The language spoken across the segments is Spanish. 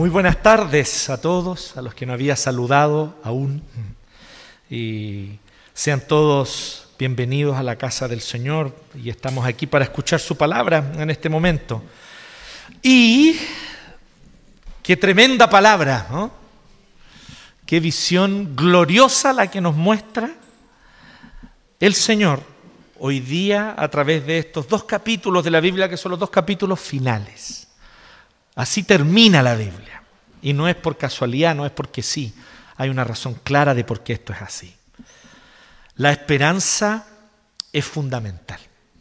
Muy buenas tardes a todos, a los que no había saludado aún. Y sean todos bienvenidos a la casa del Señor. Y estamos aquí para escuchar su palabra en este momento. Y qué tremenda palabra, ¿no? Qué visión gloriosa la que nos muestra el Señor hoy día a través de estos dos capítulos de la Biblia, que son los dos capítulos finales. Así termina la Biblia. Y no es por casualidad, no es porque sí. Hay una razón clara de por qué esto es así. La esperanza es fundamental.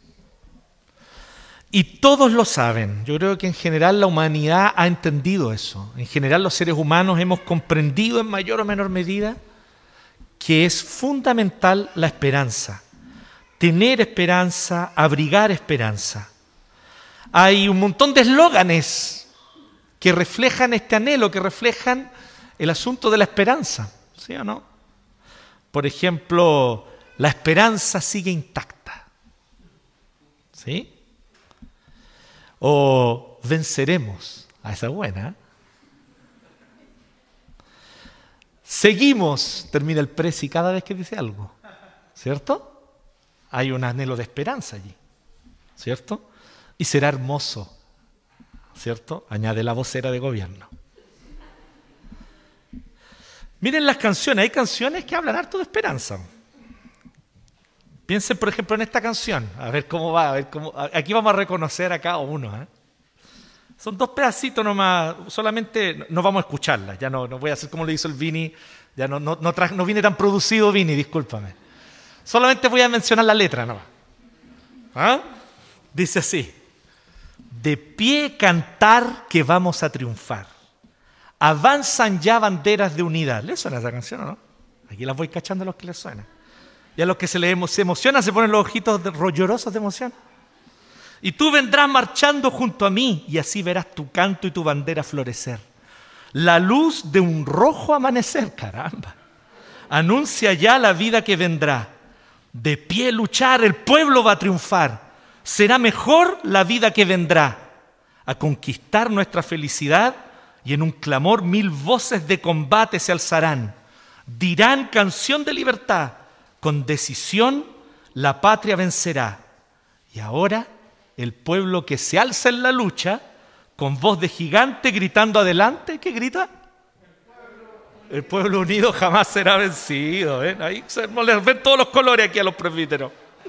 Y todos lo saben. Yo creo que en general la humanidad ha entendido eso. En general los seres humanos hemos comprendido en mayor o menor medida que es fundamental la esperanza. Tener esperanza, abrigar esperanza. Hay un montón de eslóganes que reflejan este anhelo, que reflejan el asunto de la esperanza, ¿sí o no? Por ejemplo, la esperanza sigue intacta, ¿sí? O venceremos, esa es buena. Seguimos, termina el presi cada vez que dice algo, ¿cierto? Hay un anhelo de esperanza allí, ¿cierto? Y será hermoso, ¿cierto? Añade la vocera de gobierno. Miren las canciones, hay canciones que hablan harto de esperanza. Piensen, por ejemplo, en esta canción, a ver cómo va, aquí vamos a reconocer a cada uno, ¿eh? Son dos pedacitos nomás, solamente no vamos a escucharlas, ya no voy a hacer como le hizo el Vini, ya no viene tan producido Vini, discúlpame. Solamente voy a mencionar la letra nomás. ¿Ah? Dice así: de pie cantar que vamos a triunfar. Avanzan ya banderas de unidad. ¿Les suena esa canción o no? Aquí las voy cachando a los que les suena. Y a los que se emocionan se ponen los ojitos llorosos de emoción. Y tú vendrás marchando junto a mí y así verás tu canto y tu bandera florecer. La luz de un rojo amanecer, caramba, anuncia ya la vida que vendrá. De pie luchar, el pueblo va a triunfar. Será mejor la vida que vendrá, a conquistar nuestra felicidad, y en un clamor 1000 voces de combate se alzarán. Dirán canción de libertad, con decisión la patria vencerá. Y ahora el pueblo que se alza en la lucha, con voz de gigante gritando adelante, ¿qué grita? El pueblo unido jamás será vencido. ¿Ven? Ahí les ven todos los colores aquí a los presbíteros.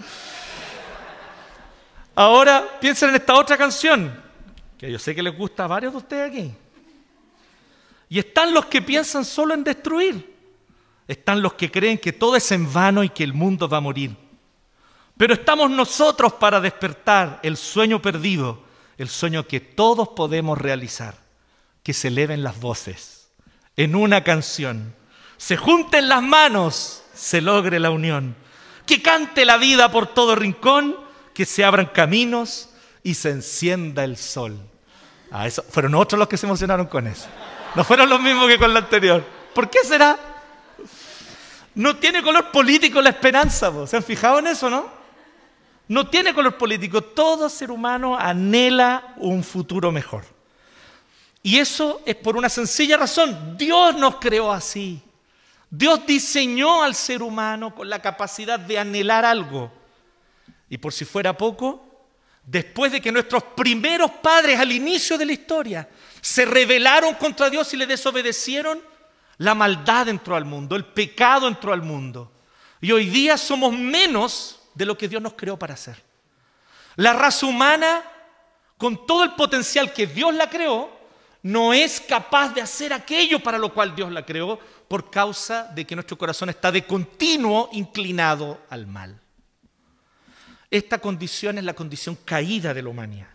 Ahora piensen en esta otra canción, que yo sé que les gusta a varios de ustedes aquí. Y están los que piensan solo en destruir. Están los que creen que todo es en vano y que el mundo va a morir. Pero estamos nosotros para despertar el sueño perdido, el sueño que todos podemos realizar. Que se eleven las voces en una canción, se junten las manos, se logre la unión. Que cante la vida por todo rincón, que se abran caminos y se encienda el sol. Eso fueron otros los que se emocionaron con eso. No fueron los mismos que con la anterior. ¿Por qué será? No tiene color político la esperanza, ¿vos? ¿Se han fijado en eso, no? No tiene color político. Todo ser humano anhela un futuro mejor. Y eso es por una sencilla razón. Dios nos creó así. Dios diseñó al ser humano con la capacidad de anhelar algo. Y por si fuera poco, después de que nuestros primeros padres al inicio de la historia se rebelaron contra Dios y le desobedecieron, la maldad entró al mundo, el pecado entró al mundo. Y hoy día somos menos de lo que Dios nos creó para hacer. La raza humana, con todo el potencial que Dios la creó, no es capaz de hacer aquello para lo cual Dios la creó, por causa de que nuestro corazón está de continuo inclinado al mal. Esta condición es la condición caída de la humanidad.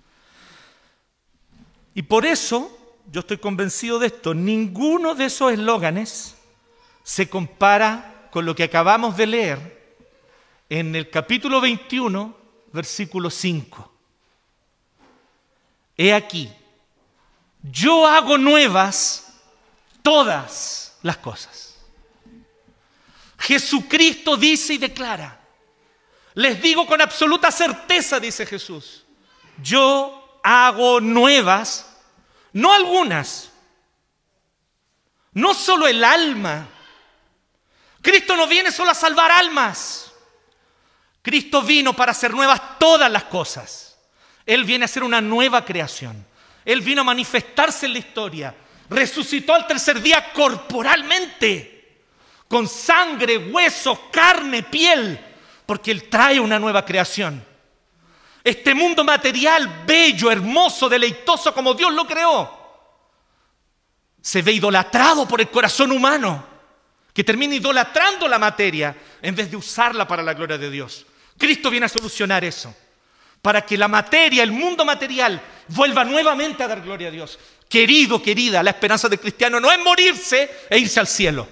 Y por eso, yo estoy convencido de esto, ninguno de esos eslóganes se compara con lo que acabamos de leer en el capítulo 21, versículo 5. He aquí, yo hago nuevas todas las cosas. Jesucristo dice y declara, les digo con absoluta certeza, dice Jesús, yo hago nuevas, no algunas, no solo el alma. Cristo no viene solo a salvar almas. Cristo vino para hacer nuevas todas las cosas. Él viene a hacer una nueva creación. Él vino a manifestarse en la historia. Resucitó al tercer día corporalmente, con sangre, huesos, carne, piel, porque Él trae una nueva creación. Este mundo material, bello, hermoso, deleitoso como Dios lo creó, se ve idolatrado por el corazón humano, que termina idolatrando la materia en vez de usarla para la gloria de Dios. Cristo viene a solucionar eso, para que la materia, el mundo material, vuelva nuevamente a dar gloria a Dios. Querido, querida, la esperanza del cristiano no es morirse e irse al cielo.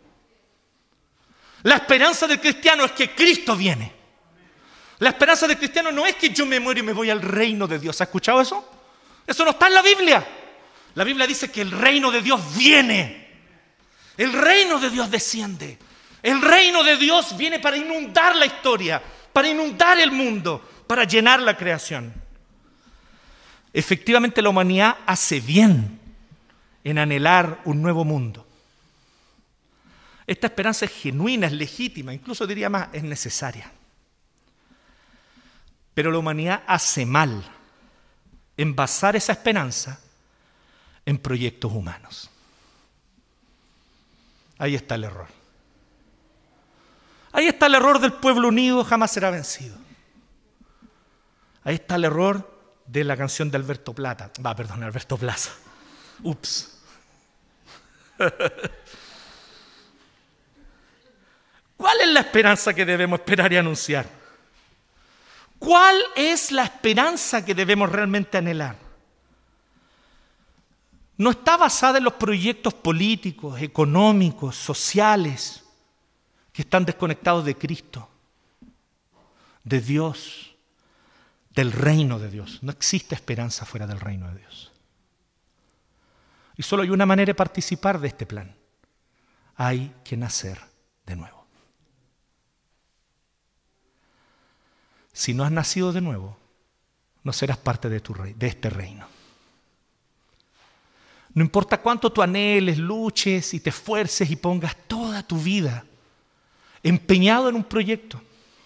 La esperanza del cristiano es que Cristo viene. La esperanza del cristiano no es que yo me muero y me voy al reino de Dios. ¿Ha escuchado eso? Eso no está en la Biblia. La Biblia dice que el reino de Dios viene. El reino de Dios desciende. El reino de Dios viene para inundar la historia, para inundar el mundo, para llenar la creación. Efectivamente, la humanidad hace bien en anhelar un nuevo mundo. Esta esperanza es genuina, es legítima, incluso diría más, es necesaria. Pero la humanidad hace mal en basar esa esperanza en proyectos humanos. Ahí está el error. Ahí está el error del pueblo unido, jamás será vencido. Ahí está el error de la canción de Alberto Plaza. Ups. ¿Cuál es la esperanza que debemos esperar y anunciar? ¿Cuál es la esperanza que debemos realmente anhelar? No está basada en los proyectos políticos, económicos, sociales, que están desconectados de Cristo, de Dios, del reino de Dios. No existe esperanza fuera del reino de Dios. Y solo hay una manera de participar de este plan. Hay que nacer de nuevo. Si no has nacido de nuevo, no serás parte de este reino. No importa cuánto tú anheles, luches y te esfuerces y pongas toda tu vida empeñado en un proyecto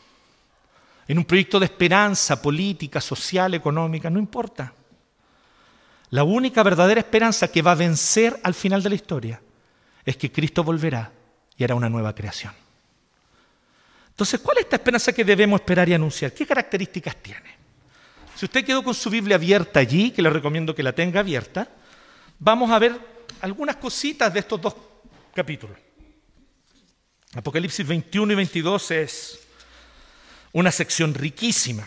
de esperanza política, social, económica, no importa. La única verdadera esperanza que va a vencer al final de la historia es que Cristo volverá y hará una nueva creación. Entonces, ¿cuál es esta esperanza que debemos esperar y anunciar? ¿Qué características tiene? Si usted quedó con su Biblia abierta allí, que le recomiendo que la tenga abierta, vamos a ver algunas cositas de estos dos capítulos. Apocalipsis 21 y 22 es una sección riquísima.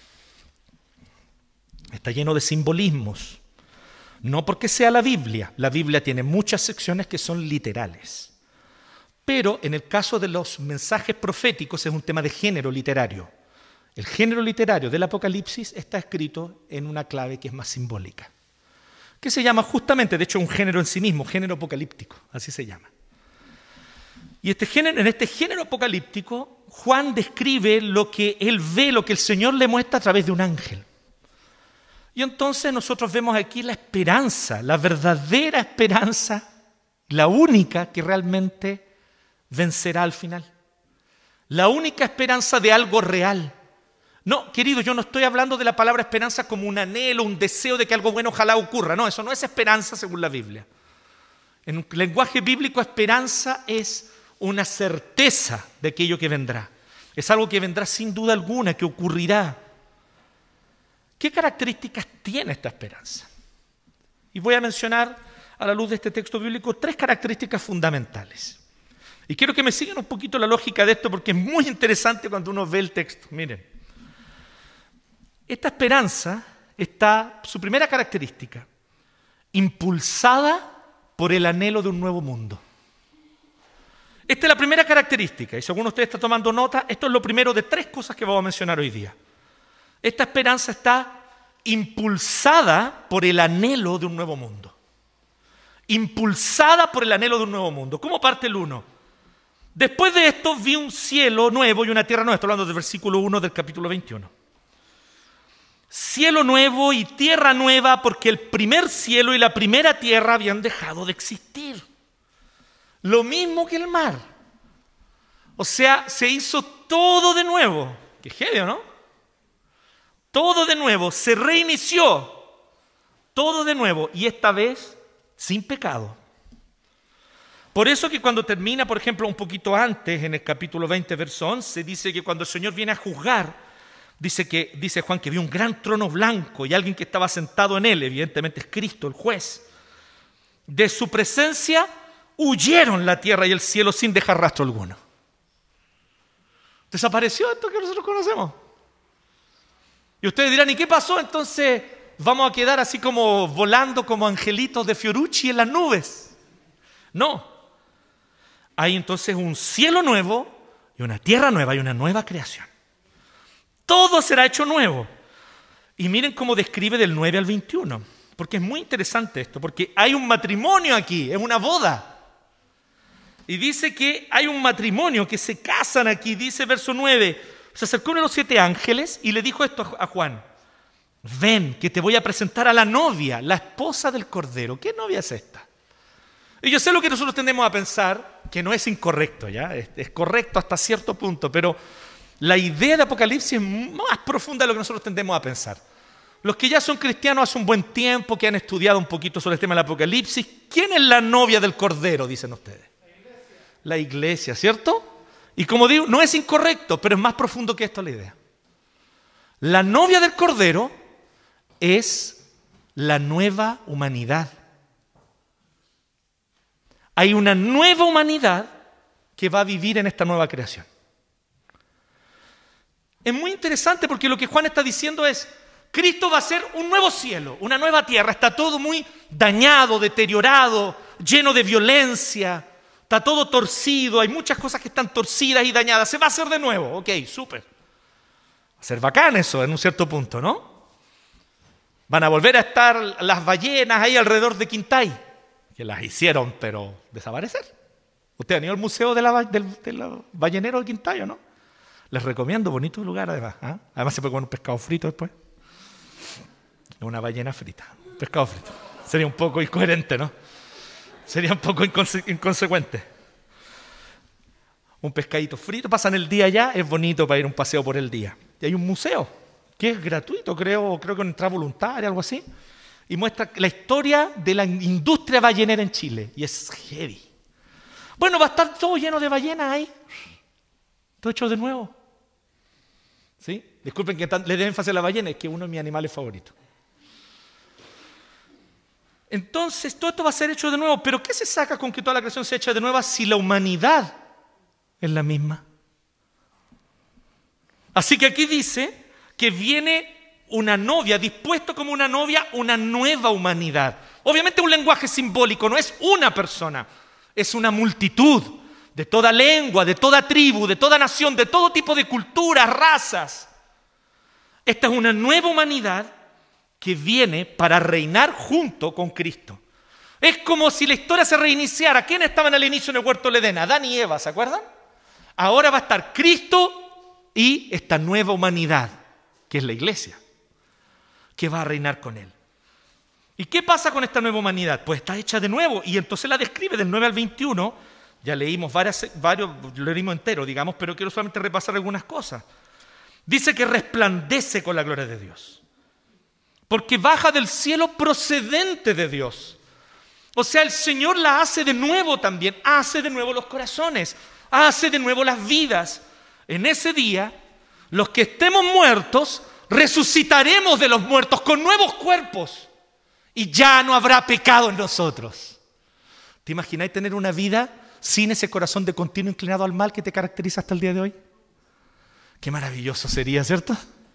Está lleno de simbolismos. No porque sea la Biblia tiene muchas secciones que son literales. Pero en el caso de los mensajes proféticos es un tema de género literario. El género literario del Apocalipsis está escrito en una clave que es más simbólica, que se llama justamente, de hecho, un género en sí mismo, género apocalíptico, así se llama. Y en este género apocalíptico, Juan describe lo que él ve, lo que el Señor le muestra a través de un ángel. Y entonces nosotros vemos aquí la esperanza, la verdadera esperanza, la única que realmente vencerá al final. La única esperanza de algo real. No, querido, yo no estoy hablando de la palabra esperanza como un anhelo, un deseo de que algo bueno ojalá ocurra. No, eso no es esperanza según la Biblia. En un lenguaje bíblico, esperanza es una certeza de aquello que vendrá. Es algo que vendrá sin duda alguna, que ocurrirá. ¿Qué características tiene esta esperanza? Y voy a mencionar, a la luz de este texto bíblico, 3 características fundamentales. Y quiero que me sigan un poquito la lógica de esto, porque es muy interesante cuando uno ve el texto. Miren, esta esperanza está, su primera característica, impulsada por el anhelo de un nuevo mundo. Esta es la primera característica, y según usted está tomando nota, esto es lo primero de 3 cosas que vamos a mencionar hoy día. Esta esperanza está impulsada por el anhelo de un nuevo mundo. Impulsada por el anhelo de un nuevo mundo. ¿Cómo parte el 1? Después de esto vi un cielo nuevo y una tierra nueva. Estoy hablando del versículo 1 del capítulo 21. Cielo nuevo y tierra nueva, porque el primer cielo y la primera tierra habían dejado de existir. Lo mismo que el mar. O sea, se hizo todo de nuevo. Qué heavy, ¿no? Todo de nuevo, se reinició. Todo de nuevo, y esta vez sin pecado. Por eso que cuando termina, por ejemplo, un poquito antes, en el capítulo 20, verso 11, dice que cuando el Señor viene a juzgar, dice Juan que vio un gran trono blanco y alguien que estaba sentado en él, evidentemente es Cristo, el juez. De su presencia huyeron la tierra y el cielo sin dejar rastro alguno. Desapareció esto que nosotros conocemos. Y ustedes dirán, ¿y qué pasó? Entonces vamos a quedar así como volando como angelitos de Fiorucci en las nubes. No. Hay entonces un cielo nuevo y una tierra nueva y una nueva creación. Todo será hecho nuevo. Y miren cómo describe del 9 al 21. Porque es muy interesante esto, porque hay un matrimonio aquí, es una boda. Y dice que hay un matrimonio, que se casan aquí, dice verso 9. Se acercó uno de los 7 ángeles y le dijo esto a Juan. Ven, que te voy a presentar a la novia, la esposa del Cordero. ¿Qué novia es esta? Y yo sé lo que nosotros tendemos a pensar, que no es incorrecto, ¿ya? Es correcto hasta cierto punto, pero la idea de Apocalipsis es más profunda de lo que nosotros tendemos a pensar. Los que ya son cristianos hace un buen tiempo, que han estudiado un poquito sobre el tema del Apocalipsis, ¿quién es la novia del Cordero, dicen ustedes? La iglesia, ¿cierto? Y como digo, no es incorrecto, pero es más profundo que esto la idea. La novia del Cordero es la nueva humanidad. Hay una nueva humanidad que va a vivir en esta nueva creación. Es muy interesante porque lo que Juan está diciendo es, Cristo va a ser un nuevo cielo, una nueva tierra. Está todo muy dañado, deteriorado, lleno de violencia. Está todo torcido, hay muchas cosas que están torcidas y dañadas. Se va a hacer de nuevo. Ok, súper. Va a ser bacán eso en un cierto punto, ¿no? Van a volver a estar las ballenas ahí alrededor de Quintay, que las hicieron, pero desaparecer. ¿Usted ha ido al museo de los balleneros de Quintay o no? Les recomiendo, bonito lugar además. ¿Eh? Además se puede comer un pescado frito después. Una ballena frita, un pescado frito. Sería un poco incoherente, ¿no? Sería un poco inconsecuente. Un pescadito frito, pasan el día allá, es bonito para ir a un paseo por el día. Y hay un museo que es gratuito, creo que con entrada voluntaria, algo así, y muestra la historia de la industria ballenera en Chile. Y es heavy. Bueno, va a estar todo lleno de ballenas ahí. Todo hecho de nuevo. ¿Sí? Disculpen que le dé énfasis a la ballena, es que es uno de mis animales favoritos. Entonces, todo esto va a ser hecho de nuevo. ¿Pero qué se saca con que toda la creación sea hecha de nuevo si la humanidad es la misma? Así que aquí dice que viene una novia, dispuesto como una novia, una nueva humanidad. Obviamente un lenguaje simbólico, no es una persona, es una multitud de toda lengua, de toda tribu, de toda nación, de todo tipo de culturas, razas. Esta es una nueva humanidad que viene para reinar junto con Cristo. Es como si la historia se reiniciara. ¿Quiénes estaban al inicio en el huerto del Edén? Adán y Eva, ¿se acuerdan? Ahora va a estar Cristo y esta nueva humanidad, que es la iglesia, que va a reinar con Él. ¿Y qué pasa con esta nueva humanidad? Pues está hecha de nuevo, y entonces la describe del 9 al 21. Ya leímos varios, lo leímos entero, digamos, pero quiero solamente repasar algunas cosas. Dice que resplandece con la gloria de Dios, porque baja del cielo procedente de Dios. O sea, el Señor la hace de nuevo también, hace de nuevo los corazones, hace de nuevo las vidas. En ese día, los que estemos muertos, resucitaremos de los muertos con nuevos cuerpos y ya no habrá pecado en nosotros. ¿Te imagináis tener una vida sin ese corazón de continuo inclinado al mal que te caracteriza hasta el día de hoy? Qué maravilloso sería, ¿cierto?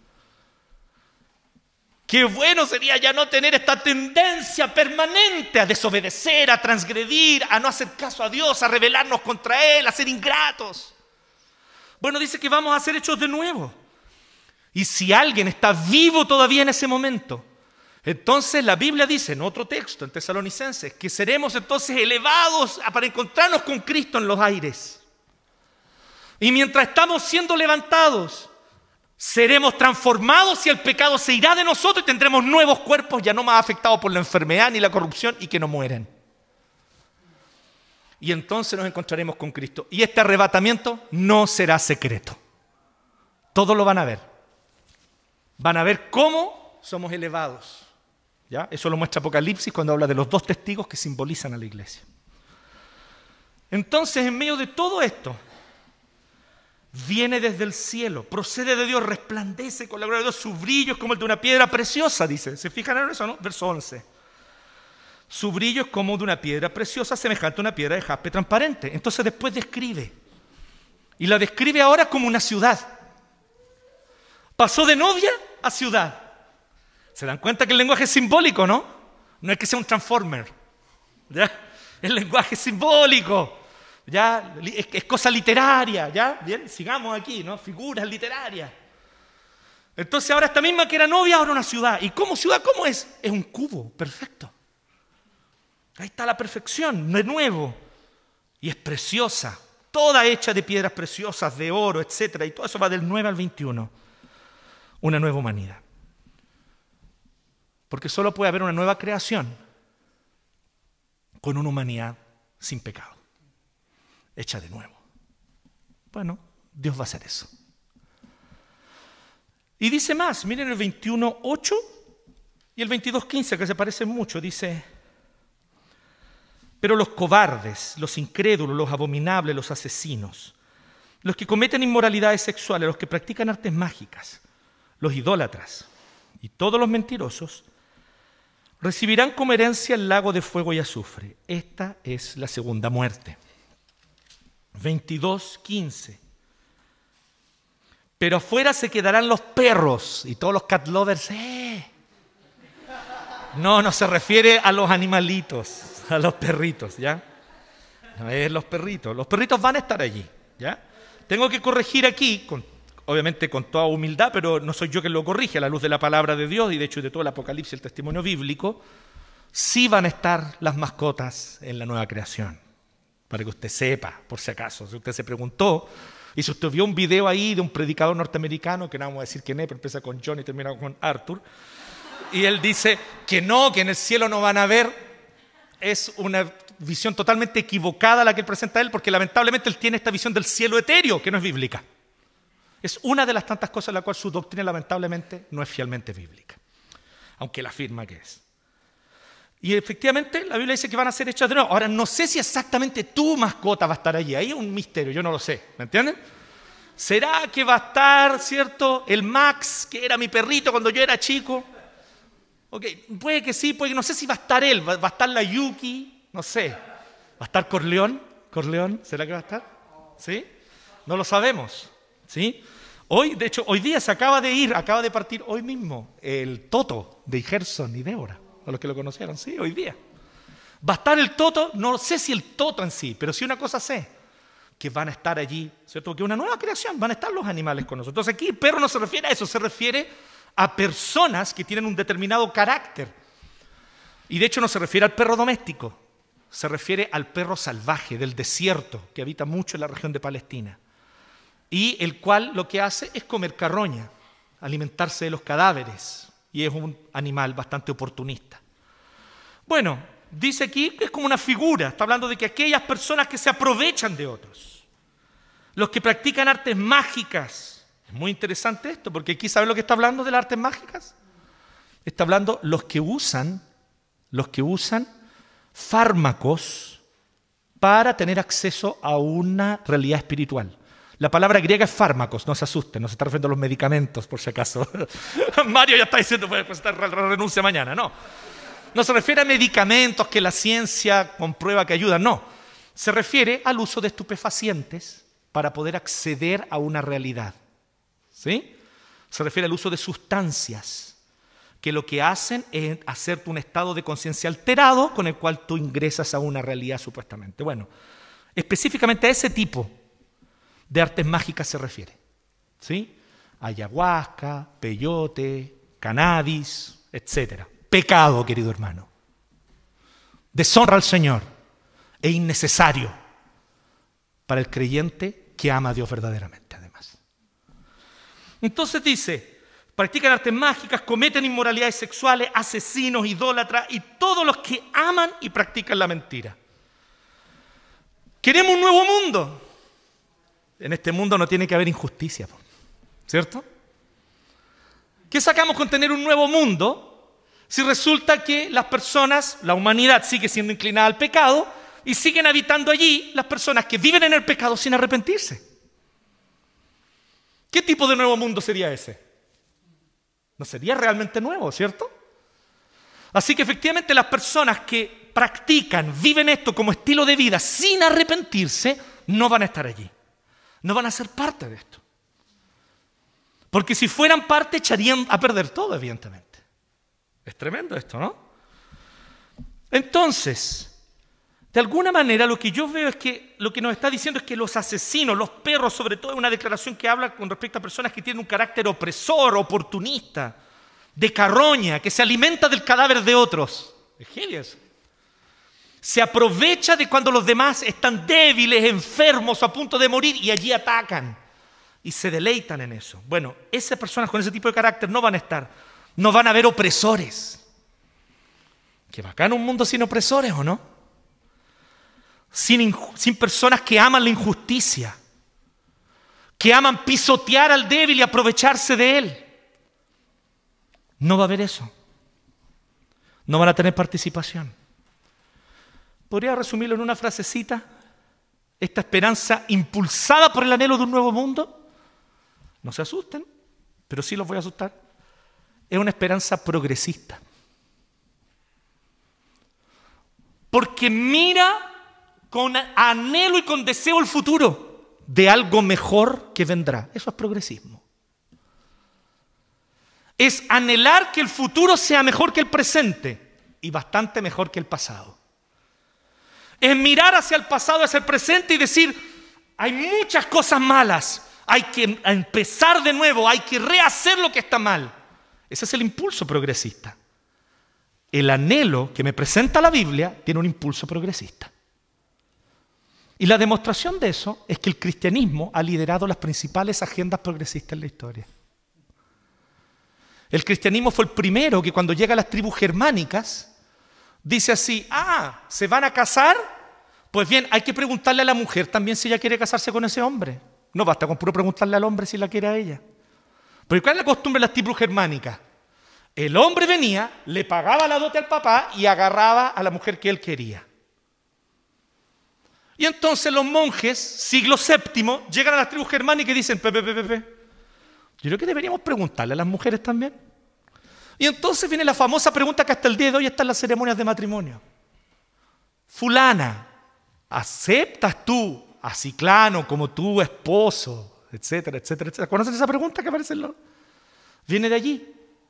Qué bueno sería ya no tener esta tendencia permanente a desobedecer, a transgredir, a no hacer caso a Dios, a rebelarnos contra Él, a ser ingratos. Bueno, dice que vamos a ser hechos de nuevo. Y si alguien está vivo todavía en ese momento, entonces la Biblia dice en otro texto, en Tesalonicenses, que seremos entonces elevados para encontrarnos con Cristo en los aires. Y mientras estamos siendo levantados, seremos transformados y el pecado se irá de nosotros y tendremos nuevos cuerpos ya no más afectados por la enfermedad ni la corrupción y que no mueren. y entonces nos encontraremos con Cristo. Y este arrebatamiento no será secreto. Todos lo van a ver. Van a ver cómo somos elevados. ¿Ya? Eso lo muestra Apocalipsis cuando habla de los 2 testigos que simbolizan a la iglesia. Entonces, en medio de todo esto, viene desde el cielo, procede de Dios, resplandece con la gloria de Dios, su brillo es como el de una piedra preciosa, dice. ¿Se fijan en eso, no? Verso 11. Su brillo es como de una piedra preciosa, semejante a una piedra de jaspe transparente. Entonces después describe. Y la describe ahora como una ciudad. Pasó de novia a ciudad. ¿Se dan cuenta que el lenguaje es simbólico, no? No es que sea un transformer. ¿Ya? El lenguaje es simbólico. ¿Ya? Es cosa literaria. ¿Ya? Bien, sigamos aquí, ¿no? Figuras literarias. Entonces ahora esta misma que era novia, ahora una ciudad. ¿Y cómo ciudad? ¿Cómo es? Es un cubo, perfecto. Ahí está la perfección, de nuevo. Y es preciosa, toda hecha de piedras preciosas, de oro, etc. Y todo eso va del 9 al 21. Una nueva humanidad. Porque solo puede haber una nueva creación con una humanidad sin pecado, hecha de nuevo. Bueno, Dios va a hacer eso. Y dice más, miren el 21:8 y el 22:15, que se parecen mucho, dice: pero los cobardes, los incrédulos, los abominables, los asesinos, los que cometen inmoralidades sexuales, los que practican artes mágicas, los idólatras y todos los mentirosos, recibirán como herencia el lago de fuego y azufre. Esta es la segunda muerte. 22:15. Pero afuera se quedarán los perros y todos los cat lovers. No se refiere a los animalitos, a los perritos, ¿ya? No es los perritos. Los perritos van a estar allí, ¿ya? Tengo que corregir aquí, obviamente con toda humildad, pero no soy yo quien lo corrige, a la luz de la palabra de Dios y de hecho de todo el Apocalipsis, el testimonio bíblico. Sí van a estar las mascotas en la nueva creación, para que usted sepa, por si acaso. Si usted se preguntó, y si usted vio un video ahí de un predicador norteamericano, que no vamos a decir quién es, pero empieza con John y termina con Arthur, y él dice que no, que en el cielo no van a ver, es una visión totalmente equivocada la que él presenta él, porque lamentablemente él tiene esta visión del cielo etéreo, que no es bíblica. Es una de las tantas cosas en la cual su doctrina lamentablemente no es fielmente bíblica, aunque él afirma que es. Y efectivamente la Biblia dice que van a ser hechas de nuevo. Ahora no sé si exactamente tu mascota va a estar allí, ahí es un misterio, yo no lo sé, ¿me entienden? ¿Será que va a estar, cierto, el Max, que era mi perrito cuando yo era chico? Ok, puede que sí, puede que no sé si va a estar él, va a estar la Yuki, no sé. ¿Va a estar Corleón? ¿Corleón? ¿Será que va a estar? ¿Sí? No lo sabemos, ¿sí? Hoy, de hecho, hoy día acaba de partir hoy mismo el Toto de Gerson y Débora, a los que lo conocieron, sí, hoy día. Va a estar el Toto, no sé si el Toto en sí, pero sí una cosa sé, que van a estar allí, ¿cierto? Porque es una nueva creación, van a estar los animales con nosotros. Entonces aquí el perro no se refiere a eso, se refiere a personas que tienen un determinado carácter. Y de hecho no se refiere al perro doméstico, se refiere al perro salvaje del desierto que habita mucho en la región de Palestina y el cual lo que hace es comer carroña, alimentarse de los cadáveres, y es un animal bastante oportunista. Bueno, dice aquí que es como una figura, está hablando de que aquellas personas que se aprovechan de otros, los que practican artes mágicas. Es muy interesante esto, porque aquí ¿saben lo que está hablando de las artes mágicas? Está hablando los que usan fármacos para tener acceso a una realidad espiritual. La palabra griega es fármacos, no se asusten, no se está refiriendo a los medicamentos, por si acaso. Mario ya está diciendo, pues renuncia mañana, no. No se refiere a medicamentos que la ciencia comprueba que ayudan, no. Se refiere al uso de estupefacientes para poder acceder a una realidad. ¿Sí? Se refiere al uso de sustancias que lo que hacen es hacerte un estado de conciencia alterado con el cual tú ingresas a una realidad supuestamente. Bueno, específicamente a ese tipo de artes mágicas se refiere. ¿Sí? Ayahuasca, peyote, cannabis, etc. Pecado, querido hermano. Deshonra al Señor e innecesario para el creyente que ama a Dios verdaderamente, además. Entonces dice, practican artes mágicas, cometen inmoralidades sexuales, asesinos, idólatras y todos los que aman y practican la mentira. Queremos un nuevo mundo. En este mundo no tiene que haber injusticia, ¿cierto? ¿Qué sacamos con tener un nuevo mundo si resulta que las personas, la humanidad sigue siendo inclinada al pecado y siguen habitando allí las personas que viven en el pecado sin arrepentirse? ¿Qué tipo de nuevo mundo sería ese? No sería realmente nuevo, ¿cierto? Así que efectivamente las personas que practican, viven esto como estilo de vida sin arrepentirse, no van a estar allí. No van a ser parte de esto. Porque si fueran parte, echarían a perder todo, evidentemente. Es tremendo esto, ¿no? Entonces, de alguna manera lo que yo veo es que lo que nos está diciendo es que los asesinos, los perros, sobre todo, es una declaración que habla con respecto a personas que tienen un carácter opresor, oportunista, de carroña, que se alimenta del cadáver de otros. Es genial eso. Se aprovecha de cuando los demás están débiles, enfermos, a punto de morir, y allí atacan. Y se deleitan en eso. Bueno, esas personas con ese tipo de carácter no van a estar. No van a haber opresores. Qué bacán un mundo sin opresores, ¿o no? Sin personas que aman la injusticia, que aman pisotear al débil y aprovecharse de él. No va a haber eso. No van a tener participación. ¿Podría resumirlo en una frasecita? Esta esperanza impulsada por el anhelo de un nuevo mundo. No se asusten, pero sí los voy a asustar. Es una esperanza progresista. Porque mira con anhelo y con deseo el futuro de algo mejor que vendrá. Eso es progresismo. Es anhelar que el futuro sea mejor que el presente y bastante mejor que el pasado. Es mirar hacia el pasado, hacia el presente y decir, hay muchas cosas malas, hay que empezar de nuevo, hay que rehacer lo que está mal. Ese es el impulso progresista. El anhelo que me presenta la Biblia tiene un impulso progresista. Y la demostración de eso es que el cristianismo ha liderado las principales agendas progresistas en la historia. El cristianismo fue el primero que cuando llega a las tribus germánicas dice así, ¿se van a casar? Pues bien, hay que preguntarle a la mujer también si ella quiere casarse con ese hombre. No basta con puro preguntarle al hombre si la quiere a ella. Porque ¿cuál es la costumbre de las tribus germánicas? El hombre venía, le pagaba la dote al papá y agarraba a la mujer que él quería. Y entonces los monjes, siglo VII, llegan a las tribus germánicas y dicen, yo creo que deberíamos preguntarle a las mujeres también. Y entonces viene la famosa pregunta que hasta el día de hoy está en las ceremonias de matrimonio. Fulana, ¿aceptas tú a Ciclano como tu esposo? Etcétera, etcétera, etcétera. ¿Conocen esa pregunta que aparece en los...? Viene de allí.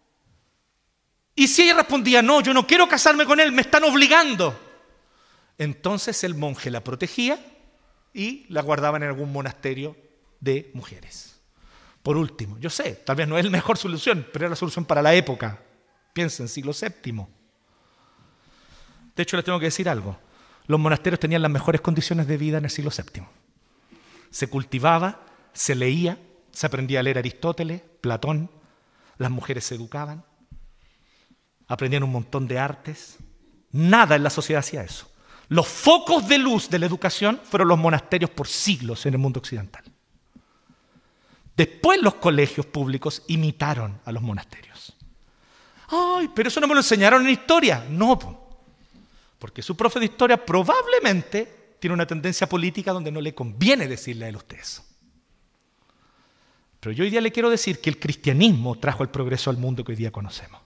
Y si ella respondía, no, yo no quiero casarme con él, me están obligando. Entonces el monje la protegía y la guardaba en algún monasterio de mujeres. Por último, yo sé, tal vez no es la mejor solución, pero era la solución para la época. Piensen, siglo VII. De hecho, les tengo que decir algo. Los monasterios tenían las mejores condiciones de vida en el siglo VII. Se cultivaba, se leía, se aprendía a leer Aristóteles, Platón, las mujeres se educaban, aprendían un montón de artes. Nada en la sociedad hacía eso. Los focos de luz de la educación fueron los monasterios por siglos en el mundo occidental. Después los colegios públicos imitaron a los monasterios. ¡Ay, pero eso no me lo enseñaron en historia! No, porque su profe de historia probablemente tiene una tendencia política donde no le conviene decirle a él usted eso. Pero yo hoy día le quiero decir que el cristianismo trajo el progreso al mundo que hoy día conocemos.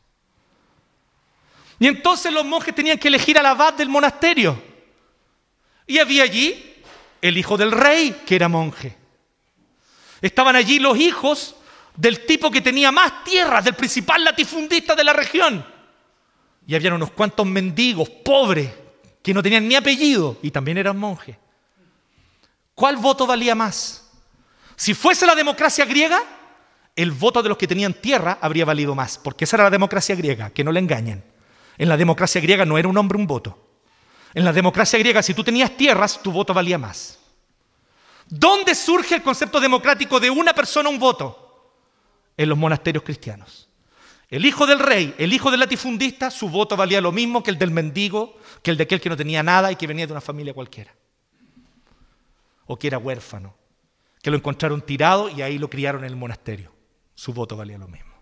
Y entonces los monjes tenían que elegir al abad del monasterio. Y había allí el hijo del rey, que era monje. Estaban allí los hijos del tipo que tenía más tierras, del principal latifundista de la región. Y habían unos cuantos mendigos, pobres, que no tenían ni apellido y también eran monjes. ¿Cuál voto valía más? Si fuese la democracia griega, el voto de los que tenían tierra habría valido más, porque esa era la democracia griega, que no le engañen. En la democracia griega no era un hombre un voto. En la democracia griega, si tú tenías tierras, tu voto valía más. ¿Dónde surge el concepto democrático de una persona un voto? En los monasterios cristianos. El hijo del rey, el hijo del latifundista, su voto valía lo mismo que el del mendigo, que el de aquel que no tenía nada y que venía de una familia cualquiera. o que era huérfano, que lo encontraron tirado y ahí lo criaron en el monasterio. Su voto valía lo mismo.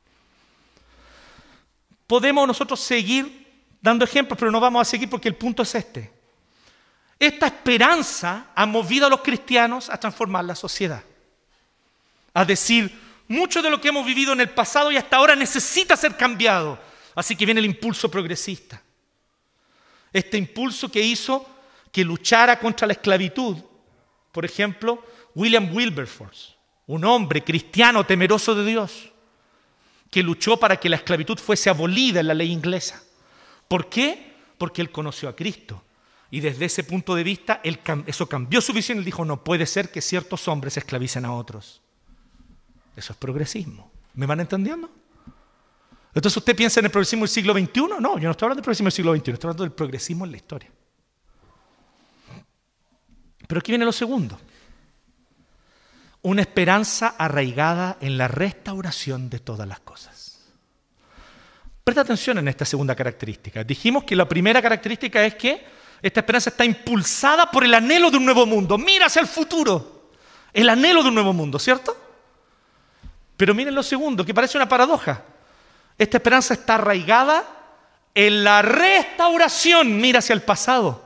Podemos nosotros seguir dando ejemplos, pero no vamos a seguir porque el punto es este. Esta esperanza ha movido a los cristianos a transformar la sociedad. A decir, mucho de lo que hemos vivido en el pasado y hasta ahora necesita ser cambiado. Así que viene el impulso progresista. Este impulso que hizo que luchara contra la esclavitud. Por ejemplo, William Wilberforce, un hombre cristiano temeroso de Dios, que luchó para que la esclavitud fuese abolida en la ley inglesa. ¿Por qué? Porque él conoció a Cristo. Y desde ese punto de vista, eso cambió su visión. Él dijo, no puede ser que ciertos hombres esclavicen a otros. Eso es progresismo. ¿Me van entendiendo? Entonces usted piensa en el progresismo del siglo XXI. No, yo no estoy hablando del progresismo del siglo XXI, estoy hablando del progresismo en la historia. Pero aquí viene lo segundo. Una esperanza arraigada en la restauración de todas las cosas. Presta atención en esta segunda característica. Dijimos que la primera característica es que esta esperanza está impulsada por el anhelo de un nuevo mundo. Mira hacia el futuro. El anhelo de un nuevo mundo, ¿cierto? Pero miren lo segundo, que parece una paradoja. Esta esperanza está arraigada en la restauración. Mira hacia el pasado.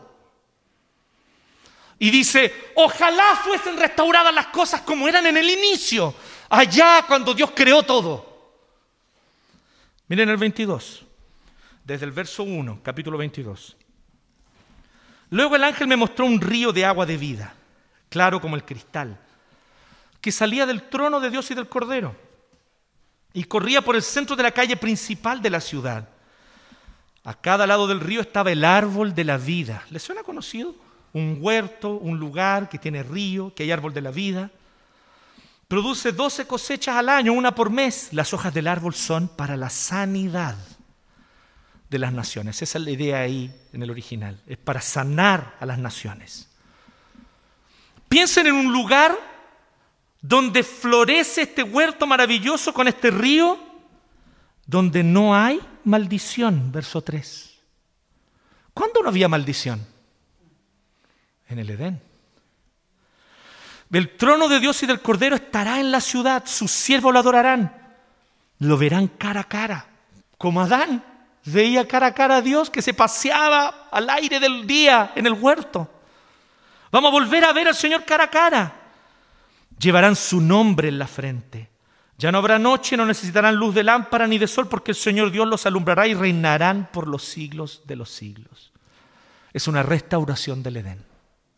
Y dice, ojalá fuesen restauradas las cosas como eran en el inicio, allá cuando Dios creó todo. Miren el 22, desde el verso 1, capítulo 22. Luego el ángel me mostró un río de agua de vida, claro como el cristal, que salía del trono de Dios y del Cordero, y corría por el centro de la calle principal de la ciudad. A cada lado del río estaba el árbol de la vida. ¿Les suena conocido? Un huerto, un lugar que tiene río, que hay árbol de la vida. Produce 12 cosechas al año, una por mes. Las hojas del árbol son para la sanidad de las naciones. Esa es la idea ahí en el original. Es para sanar a las naciones. Piensen en un lugar donde florece este huerto maravilloso con este río, donde no hay maldición. Verso 3. ¿Cuándo no había maldición? En el Edén. El trono de Dios y del Cordero estará en la ciudad, sus siervos lo adorarán, lo verán cara a cara, como Adán veía cara a cara a Dios que se paseaba al aire del día en el huerto. Vamos a volver a ver al Señor cara a cara. Llevarán su nombre en la frente. Ya no habrá noche, no necesitarán luz de lámpara ni de sol, porque el Señor Dios los alumbrará y reinarán por los siglos de los siglos. Es una restauración del Edén.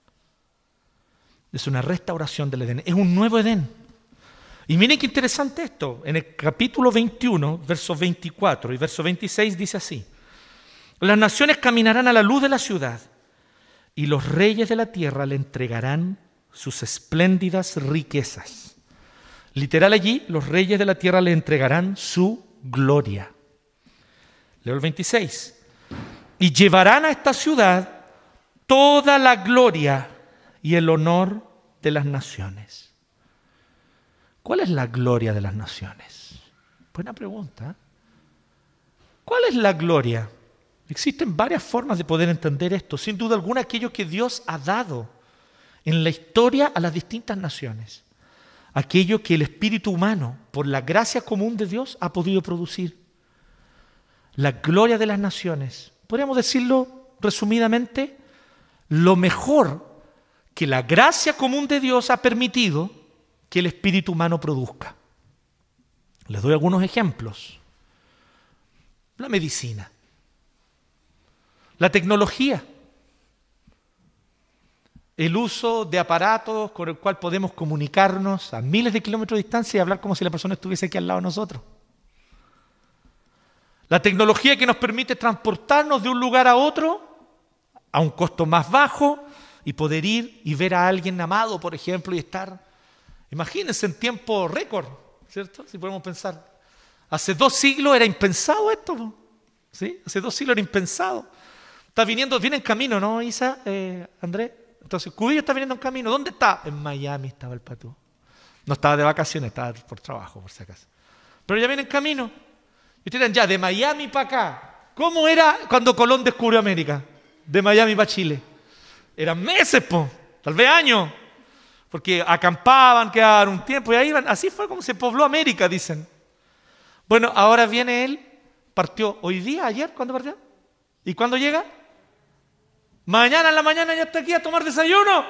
Es una restauración del Edén. Es un nuevo Edén. Y miren qué interesante esto. En el capítulo 21, versos 24 y verso 26 dice así. Las naciones caminarán a la luz de la ciudad y los reyes de la tierra le entregarán sus espléndidas riquezas. Literal allí, los reyes de la tierra le entregarán su gloria. Leo el 26. Y llevarán a esta ciudad toda la gloria y el honor de las naciones. ¿Cuál es la gloria de las naciones? Buena pregunta. ¿Cuál es la gloria? Existen varias formas de poder entender esto. Sin duda alguna, aquello que Dios ha dado en la historia a las distintas naciones. Aquello que el espíritu humano, por la gracia común de Dios, ha podido producir. La gloria de las naciones. Podríamos decirlo resumidamente, lo mejor que la gracia común de Dios ha permitido que el espíritu humano produzca. Les doy algunos ejemplos. La medicina, la tecnología, el uso de aparatos con el cual podemos comunicarnos a miles de kilómetros de distancia y hablar como si la persona estuviese aquí al lado de nosotros. La tecnología que nos permite transportarnos de un lugar a otro a un costo más bajo y poder ir y ver a alguien amado, por ejemplo, y estar, imagínense, en tiempo récord, ¿cierto? Si podemos pensar. Hace 2 siglos era impensado esto, ¿sí? Hace 2 siglos era impensado. Está viniendo, viene en camino, ¿no, Isa, Andrés? Entonces, Cubillo está viniendo en camino. ¿Dónde está? En Miami estaba el Patú. No estaba de vacaciones, estaba por trabajo, por si acaso. Pero ya viene en camino. Y ustedes dirán, ya, de Miami para acá. ¿Cómo era cuando Colón descubrió América? De Miami para Chile. Eran meses, tal vez años. porque acampaban, quedaban un tiempo y ahí iban. Así fue como se pobló América, dicen. Bueno, ahora viene él, partió hoy día, ayer, ¿cuándo partió? ¿Y cuándo llega? Mañana en la mañana ya está aquí a tomar desayuno.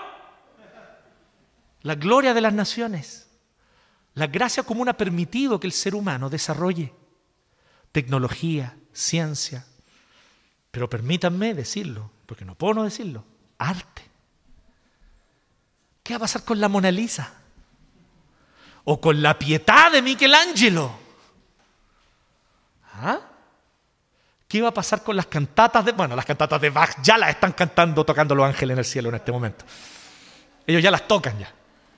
La gloria de las naciones. La gracia común ha permitido que el ser humano desarrolle tecnología, ciencia, pero permítanme decirlo, porque no puedo no decirlo, arte. ¿Qué va a pasar con la Mona Lisa? ¿O con la Pietà de Michelangelo? ¿Ah? ¿Qué va a pasar con las cantatas de... Bueno, las cantatas de Bach ya las están cantando, tocando los ángeles en el cielo en este momento. Ellos ya las tocan ya.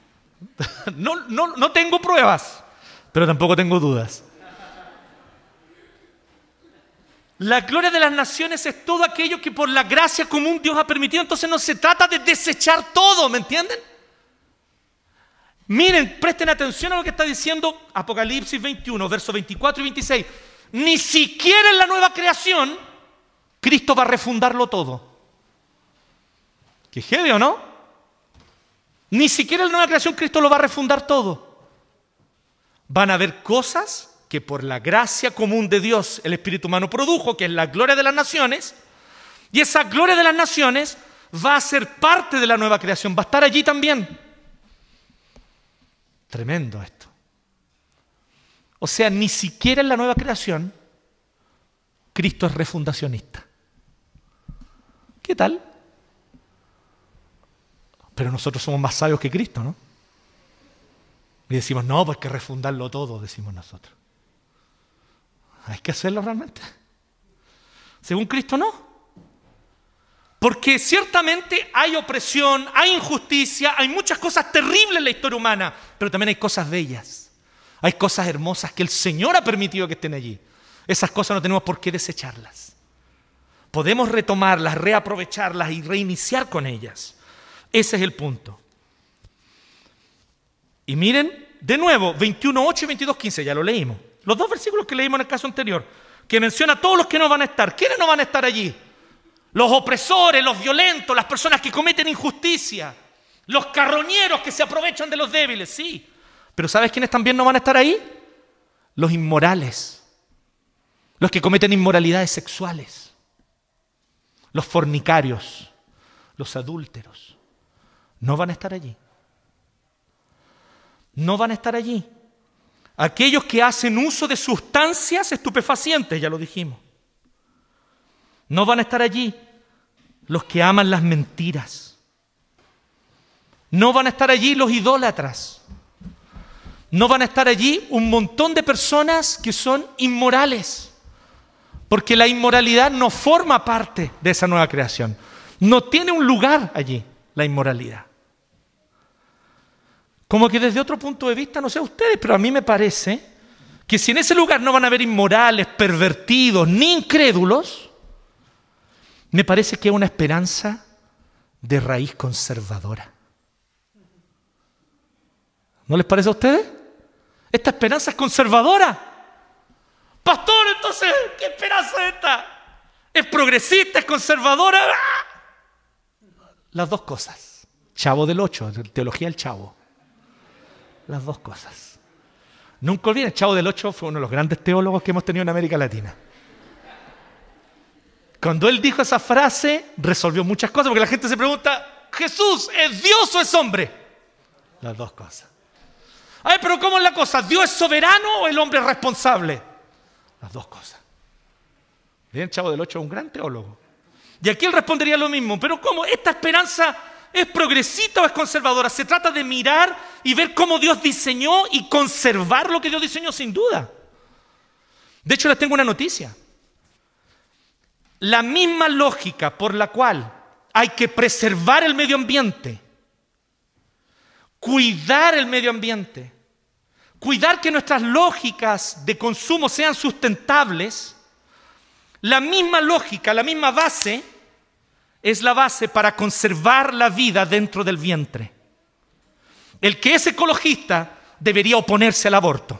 No tengo pruebas, pero tampoco tengo dudas. La gloria de las naciones es todo aquello que por la gracia común Dios ha permitido. Entonces no se trata de desechar todo, ¿me entienden? Miren, presten atención a lo que está diciendo Apocalipsis 21, versos 24 y 26. Ni siquiera en la nueva creación Cristo va a refundarlo todo. ¿Qué heavy o no? Ni siquiera en la nueva creación Cristo lo va a refundar todo. Van a haber cosas que por la gracia común de Dios el espíritu humano produjo, que es la gloria de las naciones, y esa gloria de las naciones va a ser parte de la nueva creación, va a estar allí también. Tremendo esto. O sea, ni siquiera en la nueva creación Cristo es refundacionista. ¿Qué tal? Pero nosotros somos más sabios que Cristo, ¿no? Y decimos, no, pues hay que refundarlo todo, decimos nosotros. Hay que hacerlo realmente. Según Cristo, no. Porque ciertamente hay opresión, hay injusticia, hay muchas cosas terribles en la historia humana, pero también hay cosas bellas. Hay cosas hermosas que el Señor ha permitido que estén allí. Esas cosas no tenemos por qué desecharlas. Podemos retomarlas, reaprovecharlas y reiniciar con ellas. Ese es el punto. Y miren, de nuevo, 21:8 y 22:15, ya lo leímos. Los dos versículos que leímos en el caso anterior, que menciona a todos los que no van a estar. ¿Quiénes no van a estar allí? Los opresores, los violentos, las personas que cometen injusticia, los carroñeros que se aprovechan de los débiles, sí. Pero ¿sabes quiénes también no van a estar ahí? Los inmorales, los que cometen inmoralidades sexuales, los fornicarios, los adúlteros. No van a estar allí. No van a estar allí. Aquellos que hacen uso de sustancias estupefacientes, ya lo dijimos. No van a estar allí los que aman las mentiras. No van a estar allí los idólatras. No van a estar allí un montón de personas que son inmorales. Porque la inmoralidad no forma parte de esa nueva creación. No tiene un lugar allí la inmoralidad. Como que desde otro punto de vista, no sé a ustedes, pero a mí me parece que si en ese lugar no van a haber inmorales, pervertidos, ni incrédulos, me parece que es una esperanza de raíz conservadora. ¿No les parece a ustedes? Esta esperanza es conservadora. Pastor, entonces, ¿qué esperanza es esta? ¿Es progresista, es conservadora? ¡Ah! Las dos cosas. Chavo del 8, teología del Chavo. Las dos cosas. Nunca olviden, Chavo del 8 fue uno de los grandes teólogos que hemos tenido en América Latina. Cuando él dijo esa frase, resolvió muchas cosas, porque la gente se pregunta, ¿Jesús es Dios o es hombre? Las dos cosas. Ay, pero ¿cómo es la cosa? ¿Dios es soberano o el hombre es responsable? Las dos cosas. Bien, Chavo del 8 es un gran teólogo. Y aquí él respondería lo mismo, pero ¿cómo? ¿Esta esperanza es progresista o es conservadora? Se trata de mirar y ver cómo Dios diseñó y conservar lo que Dios diseñó, sin duda. De hecho, les tengo una noticia. La misma lógica por la cual hay que preservar el medio ambiente, cuidar el medio ambiente, cuidar que nuestras lógicas de consumo sean sustentables, la misma lógica, la misma base, es la base para conservar la vida dentro del vientre. El que es ecologista debería oponerse al aborto,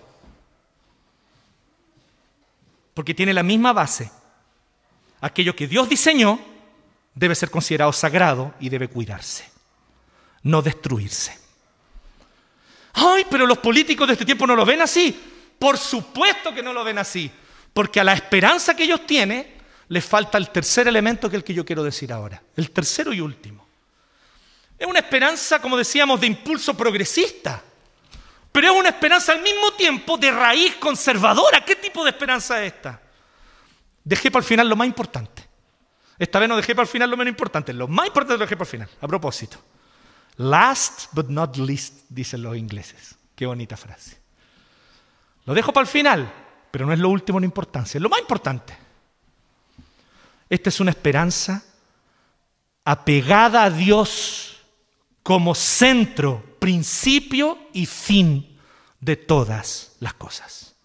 porque tiene la misma base. Aquello que Dios diseñó debe ser considerado sagrado y debe cuidarse, no destruirse. Ay, pero los políticos de este tiempo no lo ven así. Por supuesto que no lo ven así. Porque a la esperanza que ellos tienen, les falta el tercer elemento, que es el que yo quiero decir ahora. El tercero y último. Es una esperanza, como decíamos, de impulso progresista. Pero es una esperanza al mismo tiempo de raíz conservadora. ¿Qué tipo de esperanza es esta? Dejé para el final lo más importante. Esta vez no dejé para el final lo menos importante. Lo más importante lo dejé para el final. A propósito. Last but not least, dicen los ingleses. Qué bonita frase. Lo dejo para el final, pero no es lo último en importancia. Es lo más importante. Esta es una esperanza apegada a Dios como centro, principio y fin de todas las cosas.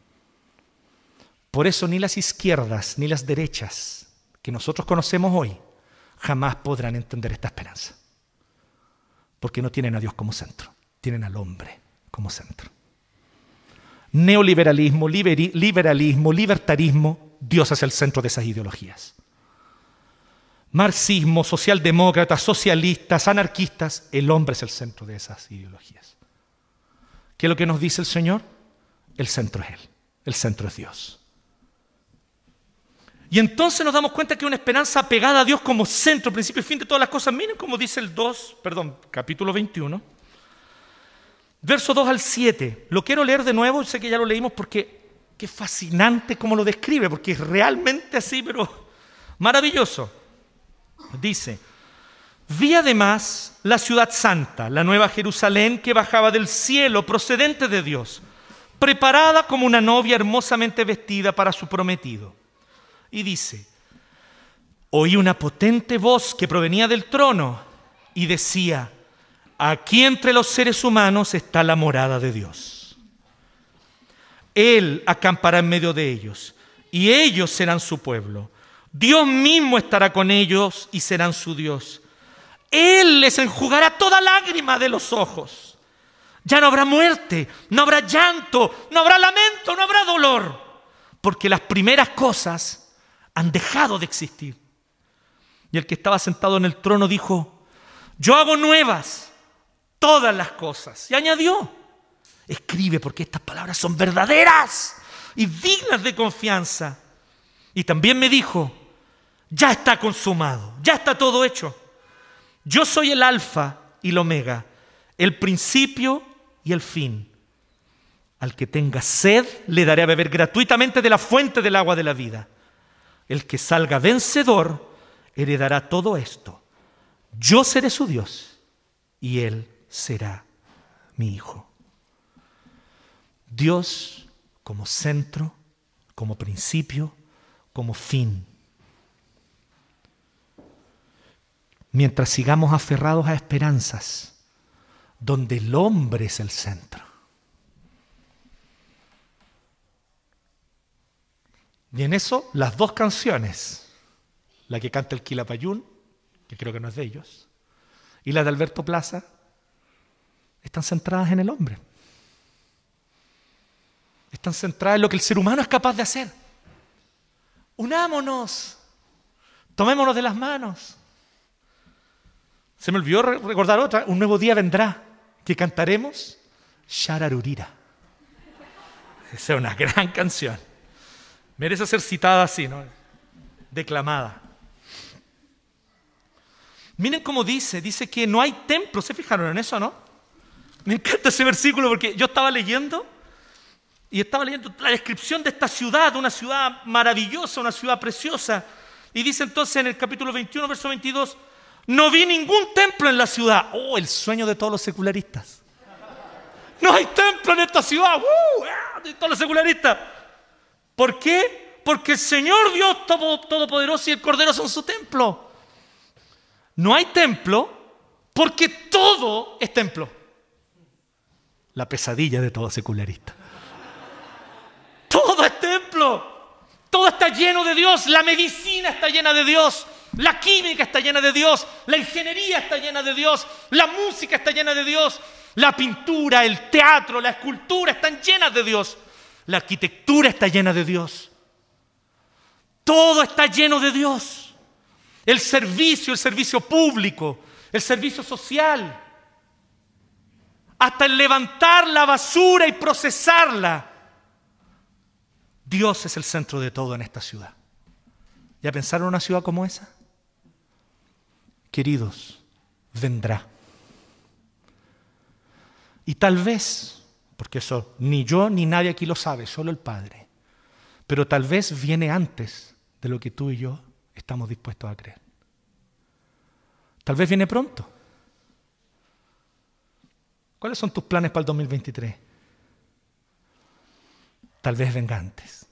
Por eso ni las izquierdas ni las derechas que nosotros conocemos hoy jamás podrán entender esta esperanza. Porque no tienen a Dios como centro, tienen al hombre como centro. Neoliberalismo, liberalismo, libertarismo, Dios es el centro de esas ideologías. Marxismo, socialdemócratas, socialistas, anarquistas, el hombre es el centro de esas ideologías. ¿Qué es lo que nos dice el Señor? El centro es Él, el centro es Dios. Y entonces nos damos cuenta que una esperanza apegada a Dios como centro, principio y fin de todas las cosas. Miren cómo dice capítulo 21, verso 2 al 7. Lo quiero leer de nuevo, sé que ya lo leímos porque qué fascinante cómo lo describe, porque es realmente así, pero maravilloso. Dice: vi además la ciudad santa, la nueva Jerusalén que bajaba del cielo procedente de Dios, preparada como una novia hermosamente vestida para su prometido. Y dice: oí una potente voz que provenía del trono y decía: aquí entre los seres humanos está la morada de Dios. Él acampará en medio de ellos y ellos serán su pueblo. Dios mismo estará con ellos y serán su Dios. Él les enjugará toda lágrima de los ojos. Ya no habrá muerte, no habrá llanto, no habrá lamento, no habrá dolor, porque las primeras cosas han dejado de existir. Y el que estaba sentado en el trono dijo: yo hago nuevas todas las cosas. Y añadió: escribe, porque estas palabras son verdaderas y dignas de confianza. Y también me dijo: ya está consumado, ya está todo hecho. Yo soy el alfa y el omega, el principio y el fin. Al que tenga sed le daré a beber gratuitamente de la fuente del agua de la vida. El que salga vencedor heredará todo esto. Yo seré su Dios y él será mi hijo. Dios como centro, como principio, como fin. Mientras sigamos aferrados a esperanzas donde el hombre es el centro. Y en eso, las dos canciones, la que canta el Quilapayún, que creo que no es de ellos, y la de Alberto Plaza, están centradas en el hombre. Están centradas en lo que el ser humano es capaz de hacer. Unámonos, tomémonos de las manos. Se me olvidó recordar otra: un nuevo día vendrá, que cantaremos Shararurira. Esa es una gran canción. Merece ser citada así, ¿no? Declamada. Miren cómo dice que no hay templo. ¿Se fijaron en eso, no? Me encanta ese versículo porque yo estaba leyendo la descripción de esta ciudad, una ciudad maravillosa, una ciudad preciosa. Y dice entonces en el capítulo 21, verso 22, no vi ningún templo en la ciudad. Oh, el sueño de todos los secularistas. No hay templo en esta ciudad. De todos los secularistas. ¿Por qué? Porque el Señor Dios Todopoderoso y el Cordero son su templo. No hay templo porque todo es templo. La pesadilla de todo secularista. Todo es templo. Todo está lleno de Dios. La medicina está llena de Dios. La química está llena de Dios. La ingeniería está llena de Dios. La música está llena de Dios. La pintura, el teatro, la escultura están llenas de Dios. La arquitectura está llena de Dios. Todo está lleno de Dios. El servicio público, el servicio social. hasta en levantar la basura y procesarla. Dios es el centro de todo en esta ciudad. ¿Ya pensaron en una ciudad como esa? Queridos, vendrá. Y tal vez, porque eso ni yo ni nadie aquí lo sabe, solo el Padre, pero tal vez viene antes de lo que tú y yo estamos dispuestos a creer. Tal vez viene pronto. ¿Cuáles son tus planes para el 2023? Tal vez venga antes.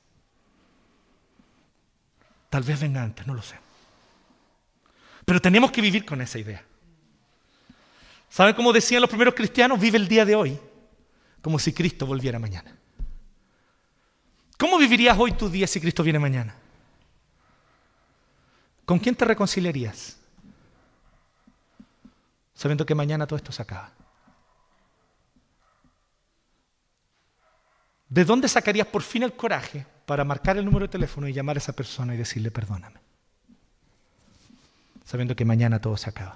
Tal vez venga antes, no lo sé. Pero tenemos que vivir con esa idea. ¿Saben cómo decían los primeros cristianos? Vive el día de hoy como si Cristo volviera mañana. ¿Cómo vivirías hoy tu día si Cristo viene mañana? ¿Con quién te reconciliarías? Sabiendo que mañana todo esto se acaba. ¿De dónde sacarías por fin el coraje para marcar el número de teléfono y llamar a esa persona y decirle perdóname? Sabiendo que mañana todo se acaba.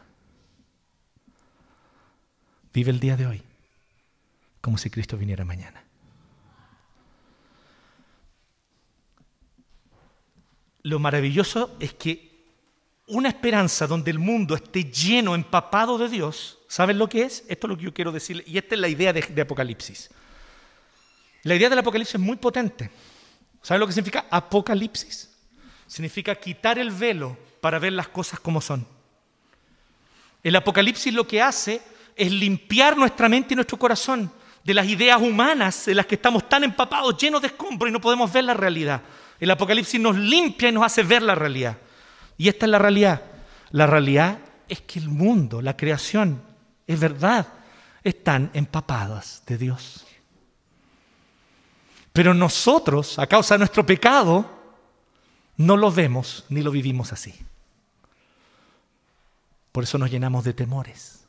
Vive el día de hoy como si Cristo viniera mañana. Lo maravilloso es que una esperanza donde el mundo esté lleno, empapado de Dios, ¿saben lo que es? Esto es lo que yo quiero decirle, y esta es la idea de Apocalipsis. La idea del Apocalipsis es muy potente. ¿Saben lo que significa Apocalipsis? Significa quitar el velo para ver las cosas como son. El Apocalipsis lo que hace es limpiar nuestra mente y nuestro corazón de las ideas humanas en las que estamos tan empapados, llenos de escombros y no podemos ver la realidad. El Apocalipsis nos limpia y nos hace ver la realidad. Y esta es la realidad. La realidad es que el mundo, la creación, es verdad, están empapadas de Dios. Pero nosotros, a causa de nuestro pecado, no lo vemos ni lo vivimos así. Por eso nos llenamos de temores.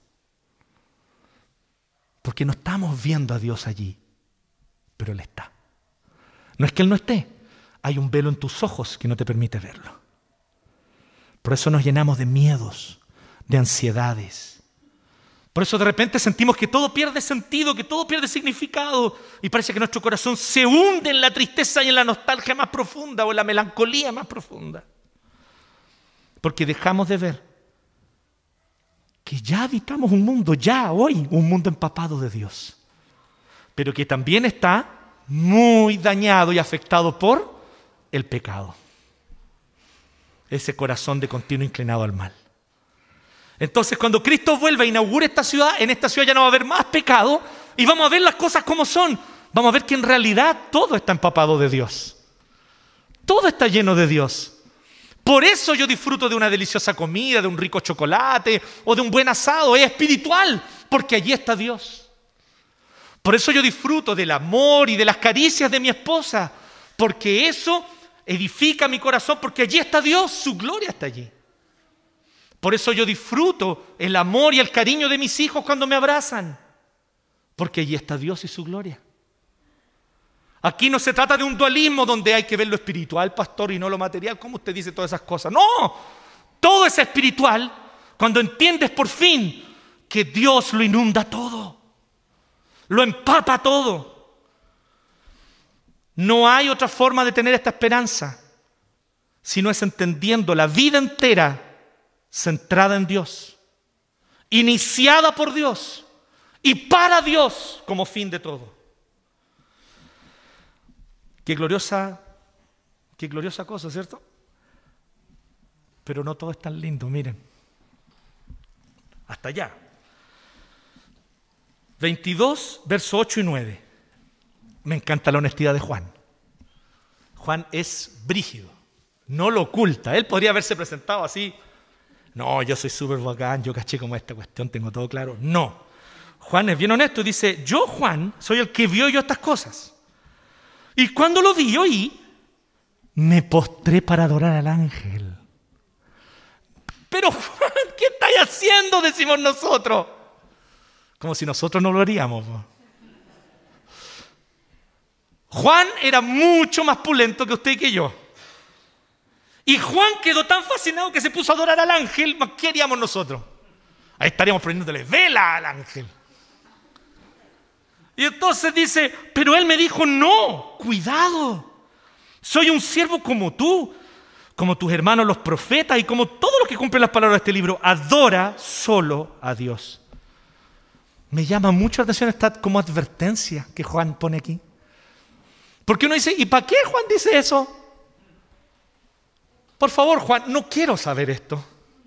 Porque no estamos viendo a Dios allí, pero Él está. No es que Él no esté, hay un velo en tus ojos que no te permite verlo. Por eso nos llenamos de miedos, de ansiedades. Por eso de repente sentimos que todo pierde sentido, que todo pierde significado y parece que nuestro corazón se hunde en la tristeza y en la nostalgia más profunda o en la melancolía más profunda. Porque dejamos de ver que ya habitamos un mundo, ya hoy, un mundo empapado de Dios, pero que también está muy dañado y afectado por el pecado. Ese corazón de continuo inclinado al mal. Entonces, cuando Cristo vuelva e inaugure esta ciudad, en esta ciudad ya no va a haber más pecado y vamos a ver las cosas como son. Vamos a ver que en realidad todo está empapado de Dios. Todo está lleno de Dios. Por eso yo disfruto de una deliciosa comida, de un rico chocolate o de un buen asado. Es espiritual, porque allí está Dios. Por eso yo disfruto del amor y de las caricias de mi esposa, porque eso edifica mi corazón, porque allí está Dios, su gloria está allí. Por eso yo disfruto el amor y el cariño de mis hijos cuando me abrazan, porque allí está Dios y su gloria. Aquí no se trata de un dualismo donde hay que ver lo espiritual, pastor, y no lo material. ¿Cómo usted dice todas esas cosas? No, todo es espiritual cuando entiendes por fin que Dios lo inunda todo, lo empapa todo. No hay otra forma de tener esta esperanza si no es entendiendo la vida entera centrada en Dios, iniciada por Dios y para Dios como fin de todo. Qué gloriosa cosa, ¿cierto? Pero no todo es tan lindo, miren. Hasta allá. 22, versos 8 y 9. Me encanta la honestidad de Juan. Juan es brígido, no lo oculta. Él podría haberse presentado así. No, yo soy súper bacán, yo caché como esta cuestión, tengo todo claro. No. Juan es bien honesto y dice, yo, Juan, soy el que vio yo estas cosas. Y cuando lo vi, oí, me postré para adorar al ángel. Pero Juan, ¿qué estáis haciendo? Decimos nosotros. Como si nosotros no lo haríamos. Juan era mucho más pulento que usted y que yo. Y Juan quedó tan fascinado que se puso a adorar al ángel. ¿Qué haríamos nosotros? Ahí estaríamos prendiéndole vela al ángel. Y entonces dice, pero él me dijo, no, cuidado. Soy un siervo como tú, como tus hermanos los profetas y como todos los que cumplen las palabras de este libro. Adora solo a Dios. Me llama mucho la atención esta como advertencia que Juan pone aquí. Porque uno dice, ¿y para qué Juan dice eso? Por favor, Juan, no quiero saber esto.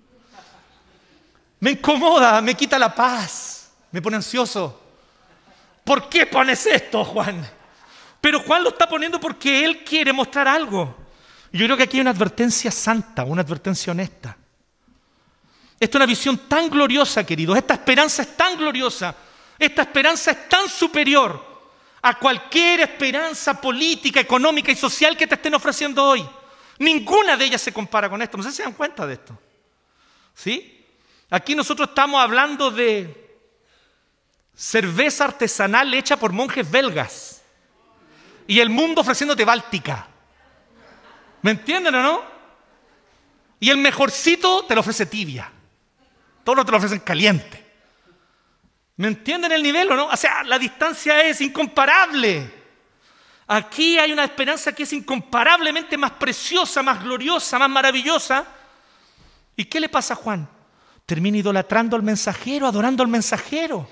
Me incomoda, me quita la paz, me pone ansioso. ¿Por qué pones esto, Juan? Pero Juan lo está poniendo porque él quiere mostrar algo. Yo creo que aquí hay una advertencia santa, una advertencia honesta. Esta es una visión tan gloriosa, queridos. Esta esperanza es tan gloriosa. Esta esperanza es tan superior a cualquier esperanza política, económica y social que te estén ofreciendo hoy. Ninguna de ellas se compara con esto. No sé si se dan cuenta de esto. ¿Sí? Aquí nosotros estamos hablando de cerveza artesanal hecha por monjes belgas. Y el mundo ofreciéndote Báltica. ¿Me entienden o no? Y el mejorcito te lo ofrece tibia. Todos te lo ofrecen caliente. ¿Me entienden el nivel o no? O sea, la distancia es incomparable. Aquí hay una esperanza que es incomparablemente más preciosa, más gloriosa, más maravillosa. ¿Y qué le pasa a Juan? Termina idolatrando al mensajero, adorando al mensajero.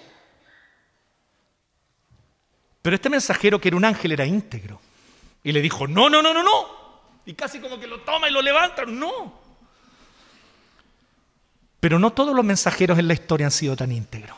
Pero este mensajero, que era un ángel, era íntegro. Y le dijo, no. Y casi como que lo toma y lo levanta. No. Pero no todos los mensajeros en la historia han sido tan íntegros.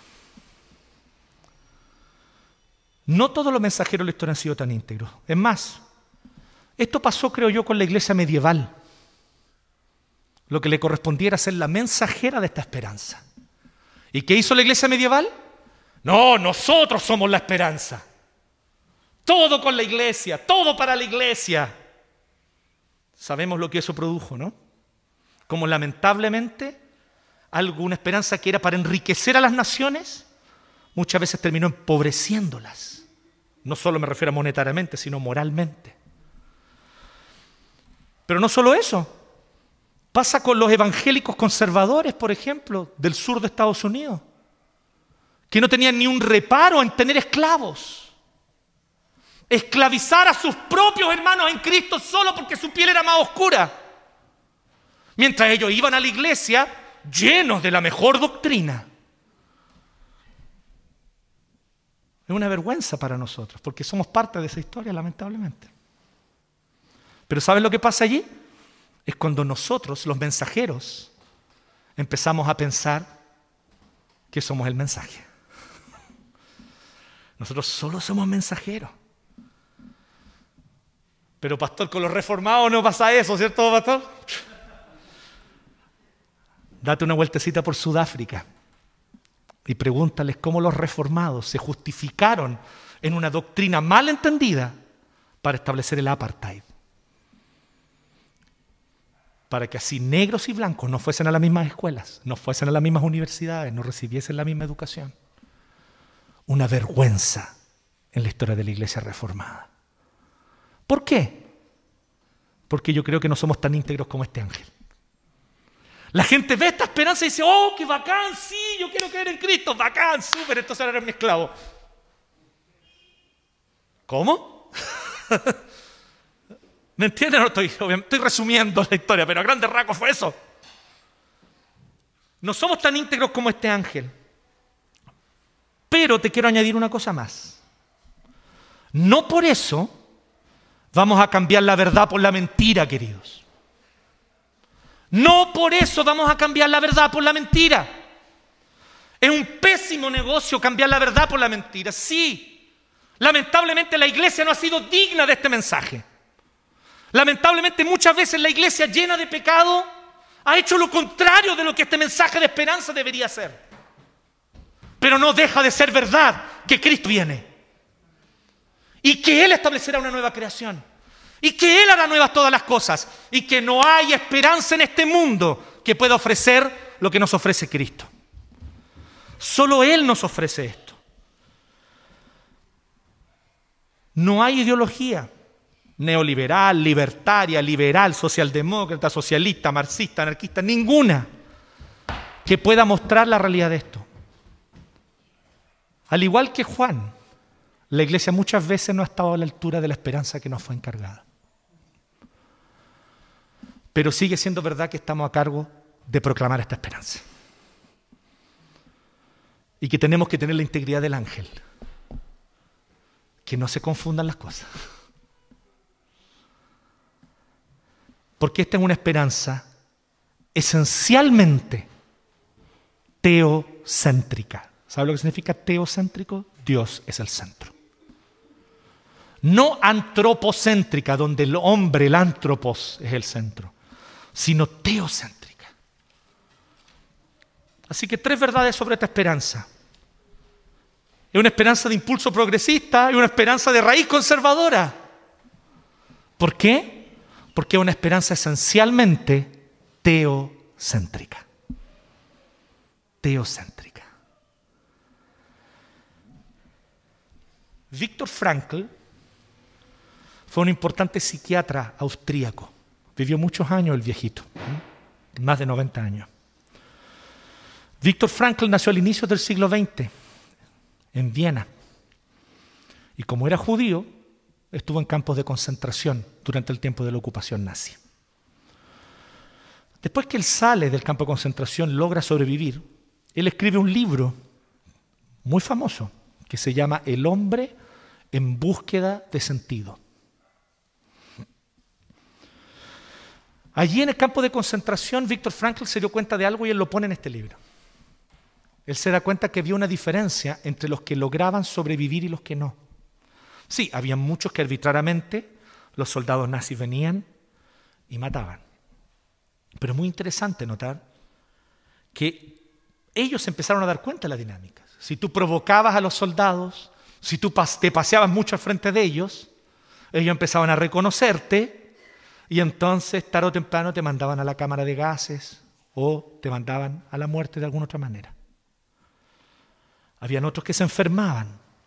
No todos los mensajeros en la historia han sido tan íntegros. Es más, esto pasó, creo yo, con la iglesia medieval. Lo que le correspondiera ser la mensajera de esta esperanza. ¿Y qué hizo la iglesia medieval? No, nosotros somos la esperanza. Todo con la iglesia, todo para la iglesia. Sabemos lo que eso produjo, ¿no? Como lamentablemente alguna esperanza que era para enriquecer a las naciones, muchas veces terminó empobreciéndolas. No solo me refiero a monetariamente, sino moralmente. Pero no solo eso. Pasa con los evangélicos conservadores, por ejemplo, del sur de Estados Unidos, que no tenían ni un reparo en tener esclavos. Esclavizar a sus propios hermanos en Cristo solo porque su piel era más oscura. Mientras ellos iban a la iglesia llenos de la mejor doctrina. Es una vergüenza para nosotros, porque somos parte de esa historia, lamentablemente. Pero ¿saben lo que pasa allí? Es cuando nosotros, los mensajeros, empezamos a pensar que somos el mensaje. Nosotros solo somos mensajeros. Pero pastor, con los reformados no pasa eso, ¿cierto, pastor? Date una vueltecita por Sudáfrica y pregúntales cómo los reformados se justificaron en una doctrina mal entendida para establecer el apartheid. Para que así negros y blancos no fuesen a las mismas escuelas, no fuesen a las mismas universidades, no recibiesen la misma educación. Una vergüenza en la historia de la iglesia reformada. ¿Por qué? Porque yo creo que no somos tan íntegros como este ángel. La gente ve esta esperanza y dice, ¡oh, qué bacán! Sí, yo quiero creer en Cristo. ¡Bacán! ¡Súper! Entonces ahora eres mi esclavo. ¿Cómo? ¿Me entienden? No estoy resumiendo la historia, pero a grandes rasgos fue eso. No somos tan íntegros como este ángel. Pero te quiero añadir una cosa más. No por eso vamos a cambiar la verdad por la mentira, queridos. No por eso vamos a cambiar la verdad por la mentira. Es un pésimo negocio cambiar la verdad por la mentira. Sí, lamentablemente la iglesia no ha sido digna de este mensaje. Lamentablemente muchas veces la iglesia llena de pecado ha hecho lo contrario de lo que este mensaje de esperanza debería ser. Pero no deja de ser verdad que Cristo viene y que Él establecerá una nueva creación y que Él hará nuevas todas las cosas y que no hay esperanza en este mundo que pueda ofrecer lo que nos ofrece Cristo. Solo Él nos ofrece esto. No hay ideología neoliberal, libertaria, liberal, socialdemócrata, socialista, marxista, anarquista, ninguna que pueda mostrar la realidad de esto. Al igual que Juan, la iglesia muchas veces no ha estado a la altura de la esperanza que nos fue encargada. Pero sigue siendo verdad que estamos a cargo de proclamar esta esperanza. Y que tenemos que tener la integridad del ángel. Que no se confundan las cosas. Porque esta es una esperanza esencialmente teocéntrica. ¿Sabe lo que significa teocéntrico? Dios es el centro. No antropocéntrica, donde el hombre, el antropos, es el centro, sino teocéntrica. Así que 3 verdades sobre esta esperanza. Es una esperanza de impulso progresista y una esperanza de raíz conservadora. ¿Por qué? Porque es una esperanza esencialmente teocéntrica. Teocéntrica. Viktor Frankl fue un importante psiquiatra austríaco. Vivió muchos años el viejito, más de 90 años. Viktor Frankl nació al inicio del siglo XX, en Viena. Y como era judío, estuvo en campos de concentración durante el tiempo de la ocupación nazi. Después que él sale del campo de concentración, logra sobrevivir, él escribe un libro muy famoso que se llama El hombre en búsqueda de sentido. Allí en el campo de concentración, Viktor Frankl se dio cuenta de algo y él lo pone en este libro. Él se da cuenta que había una diferencia entre los que lograban sobrevivir y los que no. Sí, había muchos que arbitrariamente los soldados nazis venían y mataban. Pero es muy interesante notar que ellos empezaron a dar cuenta de la dinámica. Si tú provocabas a los soldados, si tú te paseabas mucho al frente de ellos empezaban a reconocerte y entonces tarde o temprano te mandaban a la cámara de gases o te mandaban a la muerte de alguna otra manera. Habían otros que se enfermaban.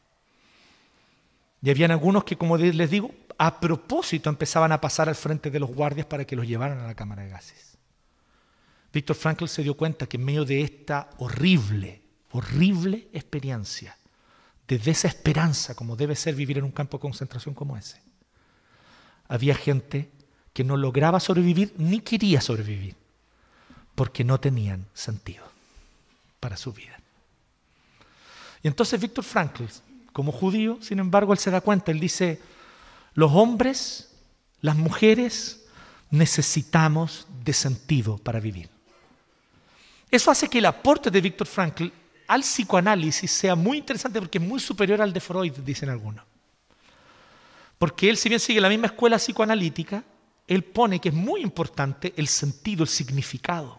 Y habían algunos que, como les digo, a propósito empezaban a pasar al frente de los guardias para que los llevaran a la cámara de gases. Viktor Frankl se dio cuenta que en medio de esta horrible experiencia de desesperanza, como debe ser vivir en un campo de concentración como ese, había gente que no lograba sobrevivir ni quería sobrevivir porque no tenían sentido para su vida. Y entonces Viktor Frankl, como judío, sin embargo, él se da cuenta, él dice, los hombres, las mujeres, necesitamos de sentido para vivir. Eso hace que el aporte de Viktor Frankl al psicoanálisis sea muy interesante porque es muy superior al de Freud, dicen algunos. Porque él, si bien sigue la misma escuela psicoanalítica, él pone que es muy importante el sentido, el significado,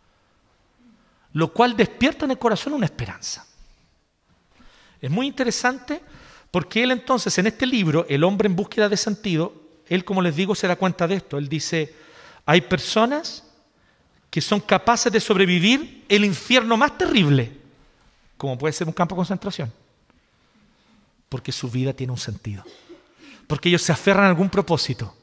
lo cual despierta en el corazón una esperanza. Es muy interesante porque él entonces en este libro, El hombre en búsqueda de sentido, él, como les digo, se da cuenta de esto. Él dice, hay personas que son capaces de sobrevivir el infierno más terrible, como puede ser un campo de concentración, porque su vida tiene un sentido, porque ellos se aferran a algún propósito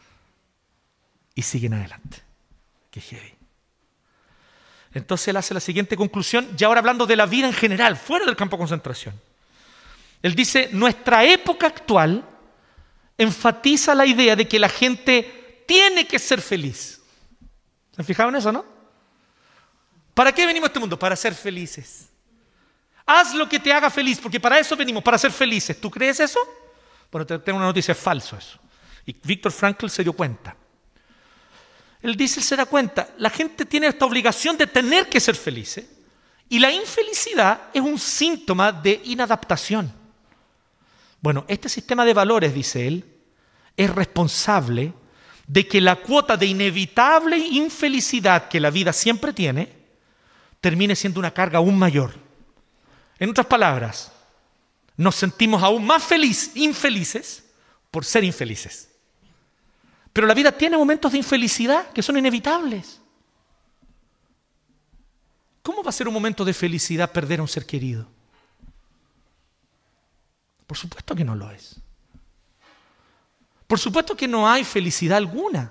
y siguen adelante. Qué heavy. Entonces él hace la siguiente conclusión, ya ahora hablando de la vida en general, fuera del campo de concentración. Él dice, nuestra época actual enfatiza la idea de que la gente tiene que ser feliz. ¿Se han fijado en eso, no? ¿Para qué venimos a este mundo? Para ser felices. Haz lo que te haga feliz, porque para eso venimos, para ser felices. ¿Tú crees eso? Bueno, tengo una noticia, es falso eso. Y Viktor Frankl se dio cuenta. Él dice, él se da cuenta, la gente tiene esta obligación de tener que ser felices y la infelicidad es un síntoma de inadaptación. Bueno, este sistema de valores, dice él, es responsable de que la cuota de inevitable infelicidad que la vida siempre tiene termine siendo una carga aún mayor. En otras palabras, nos sentimos aún más infelices por ser infelices. Pero la vida tiene momentos de infelicidad que son inevitables. ¿Cómo va a ser un momento de felicidad perder a un ser querido? Por supuesto que no lo es. Por supuesto que no hay felicidad alguna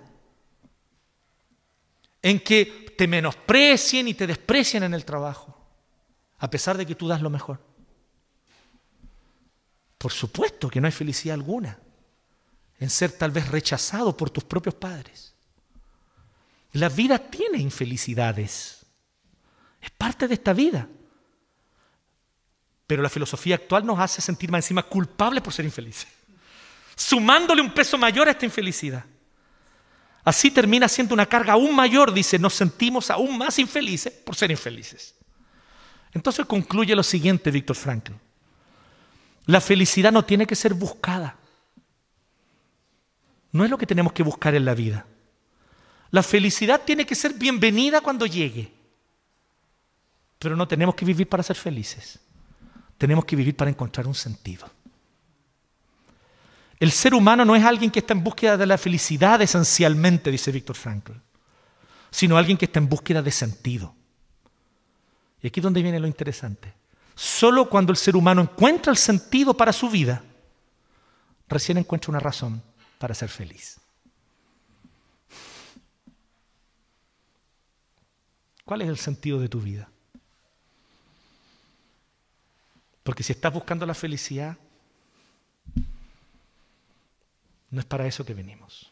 en que te menosprecien y te desprecien en el trabajo, a pesar de que tú das lo mejor. Por supuesto que no hay felicidad alguna en ser tal vez rechazado por tus propios padres. La vida tiene infelicidades. Es parte de esta vida. Pero la filosofía actual nos hace sentir más encima culpables por ser infelices, sumándole un peso mayor a esta infelicidad. Así termina siendo una carga aún mayor, dice, nos sentimos aún más infelices por ser infelices. Entonces concluye lo siguiente Viktor Frankl. La felicidad no tiene que ser buscada. No es lo que tenemos que buscar en la vida. La felicidad tiene que ser bienvenida cuando llegue. Pero no tenemos que vivir para ser felices. Tenemos que vivir para encontrar un sentido. El ser humano no es alguien que está en búsqueda de la felicidad esencialmente, dice Viktor Frankl, sino alguien que está en búsqueda de sentido. Y aquí es donde viene lo interesante. Solo cuando el ser humano encuentra el sentido para su vida, recién encuentra una razón para ser feliz. ¿Cuál es el sentido de tu vida? Porque si estás buscando la felicidad, no es para eso que venimos.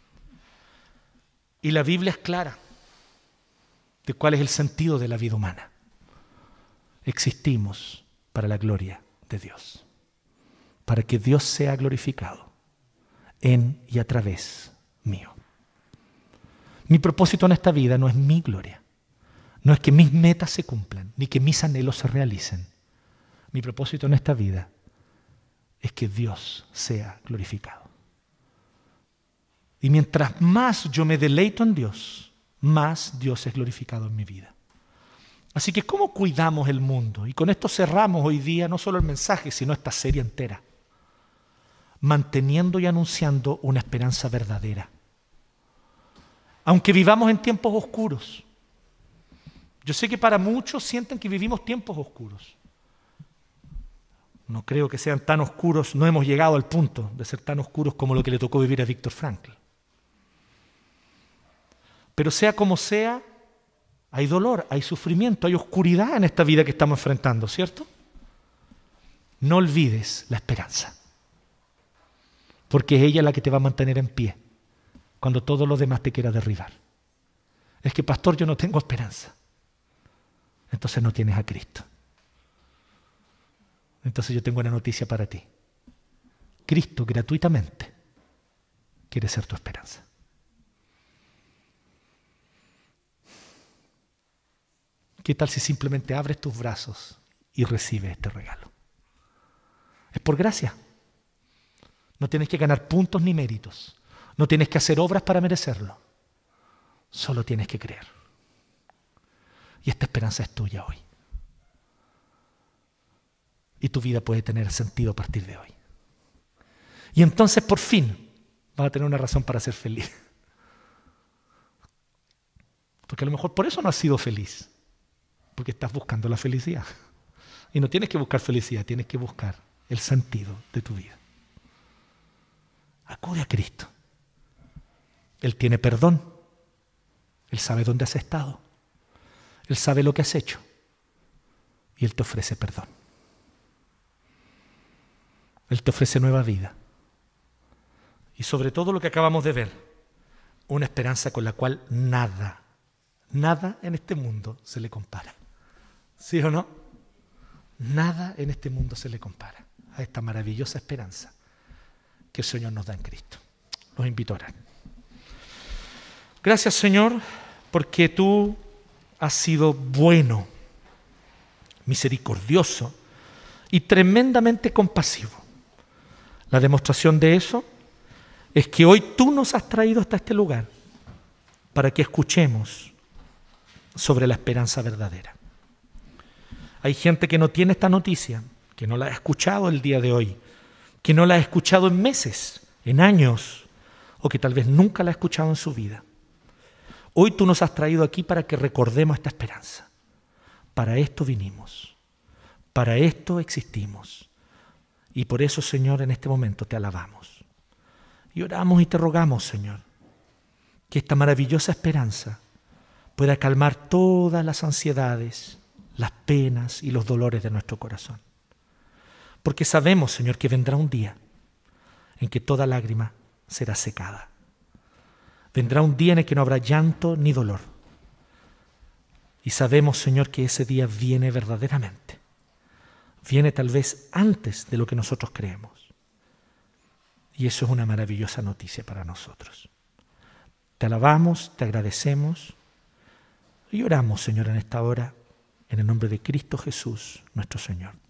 Y la Biblia es clara de cuál es el sentido de la vida humana. Existimos para la gloria de Dios, para que Dios sea glorificado en y a través mío. Mi propósito en esta vida no es mi gloria, no es que mis metas se cumplan, ni que mis anhelos se realicen. Mi propósito en esta vida es que Dios sea glorificado. Y mientras más yo me deleito en Dios, más Dios es glorificado en mi vida. Así que, ¿cómo cuidamos el mundo? Y con esto cerramos hoy día no solo el mensaje, sino esta serie entera. Manteniendo y anunciando una esperanza verdadera. Aunque vivamos en tiempos oscuros. Yo sé que para muchos sienten que vivimos tiempos oscuros. No creo que sean tan oscuros, no hemos llegado al punto de ser tan oscuros como lo que le tocó vivir a Viktor Frankl. Pero sea como sea, hay dolor, hay sufrimiento, hay oscuridad en esta vida que estamos enfrentando, ¿cierto? No olvides la esperanza, porque es ella la que te va a mantener en pie cuando todo lo demás te quiera derribar. Es que, pastor, yo no tengo esperanza. Entonces no tienes a Cristo. Entonces yo tengo una noticia para ti. Cristo gratuitamente quiere ser tu esperanza. ¿Qué tal si simplemente abres tus brazos y recibes este regalo? Es por gracia. No tienes que ganar puntos ni méritos. No tienes que hacer obras para merecerlo. Solo tienes que creer. Y esta esperanza es tuya hoy. Y tu vida puede tener sentido a partir de hoy. Y entonces por fin vas a tener una razón para ser feliz. Porque a lo mejor por eso no has sido feliz. Porque estás buscando la felicidad. Y no tienes que buscar felicidad, tienes que buscar el sentido de tu vida. Acude a Cristo. Él tiene perdón. Él sabe dónde has estado. Él sabe lo que has hecho. Y Él te ofrece perdón. Él te ofrece nueva vida. Y sobre todo lo que acabamos de ver, una esperanza con la cual nada en este mundo se le compara. ¿Sí o no? Nada en este mundo se le compara a esta maravillosa esperanza que el Señor nos da en Cristo. Los invito a orar. Gracias, Señor, porque tú has sido bueno, misericordioso y tremendamente compasivo. La demostración de eso es que hoy tú nos has traído hasta este lugar para que escuchemos sobre la esperanza verdadera. Hay gente que no tiene esta noticia, que no la ha escuchado el día de hoy, que no la ha escuchado en meses, en años, o que tal vez nunca la ha escuchado en su vida. Hoy tú nos has traído aquí para que recordemos esta esperanza. Para esto vinimos, para esto existimos. Y por eso, Señor, en este momento te alabamos. Y oramos y te rogamos, Señor, que esta maravillosa esperanza pueda calmar todas las ansiedades, las penas y los dolores de nuestro corazón. Porque sabemos, Señor, que vendrá un día en que toda lágrima será secada. Vendrá un día en el que no habrá llanto ni dolor. Y sabemos, Señor, que ese día viene verdaderamente. Viene tal vez antes de lo que nosotros creemos. Y eso es una maravillosa noticia para nosotros. Te alabamos, te agradecemos y oramos, Señor, en esta hora, en el nombre de Cristo Jesús, nuestro Señor.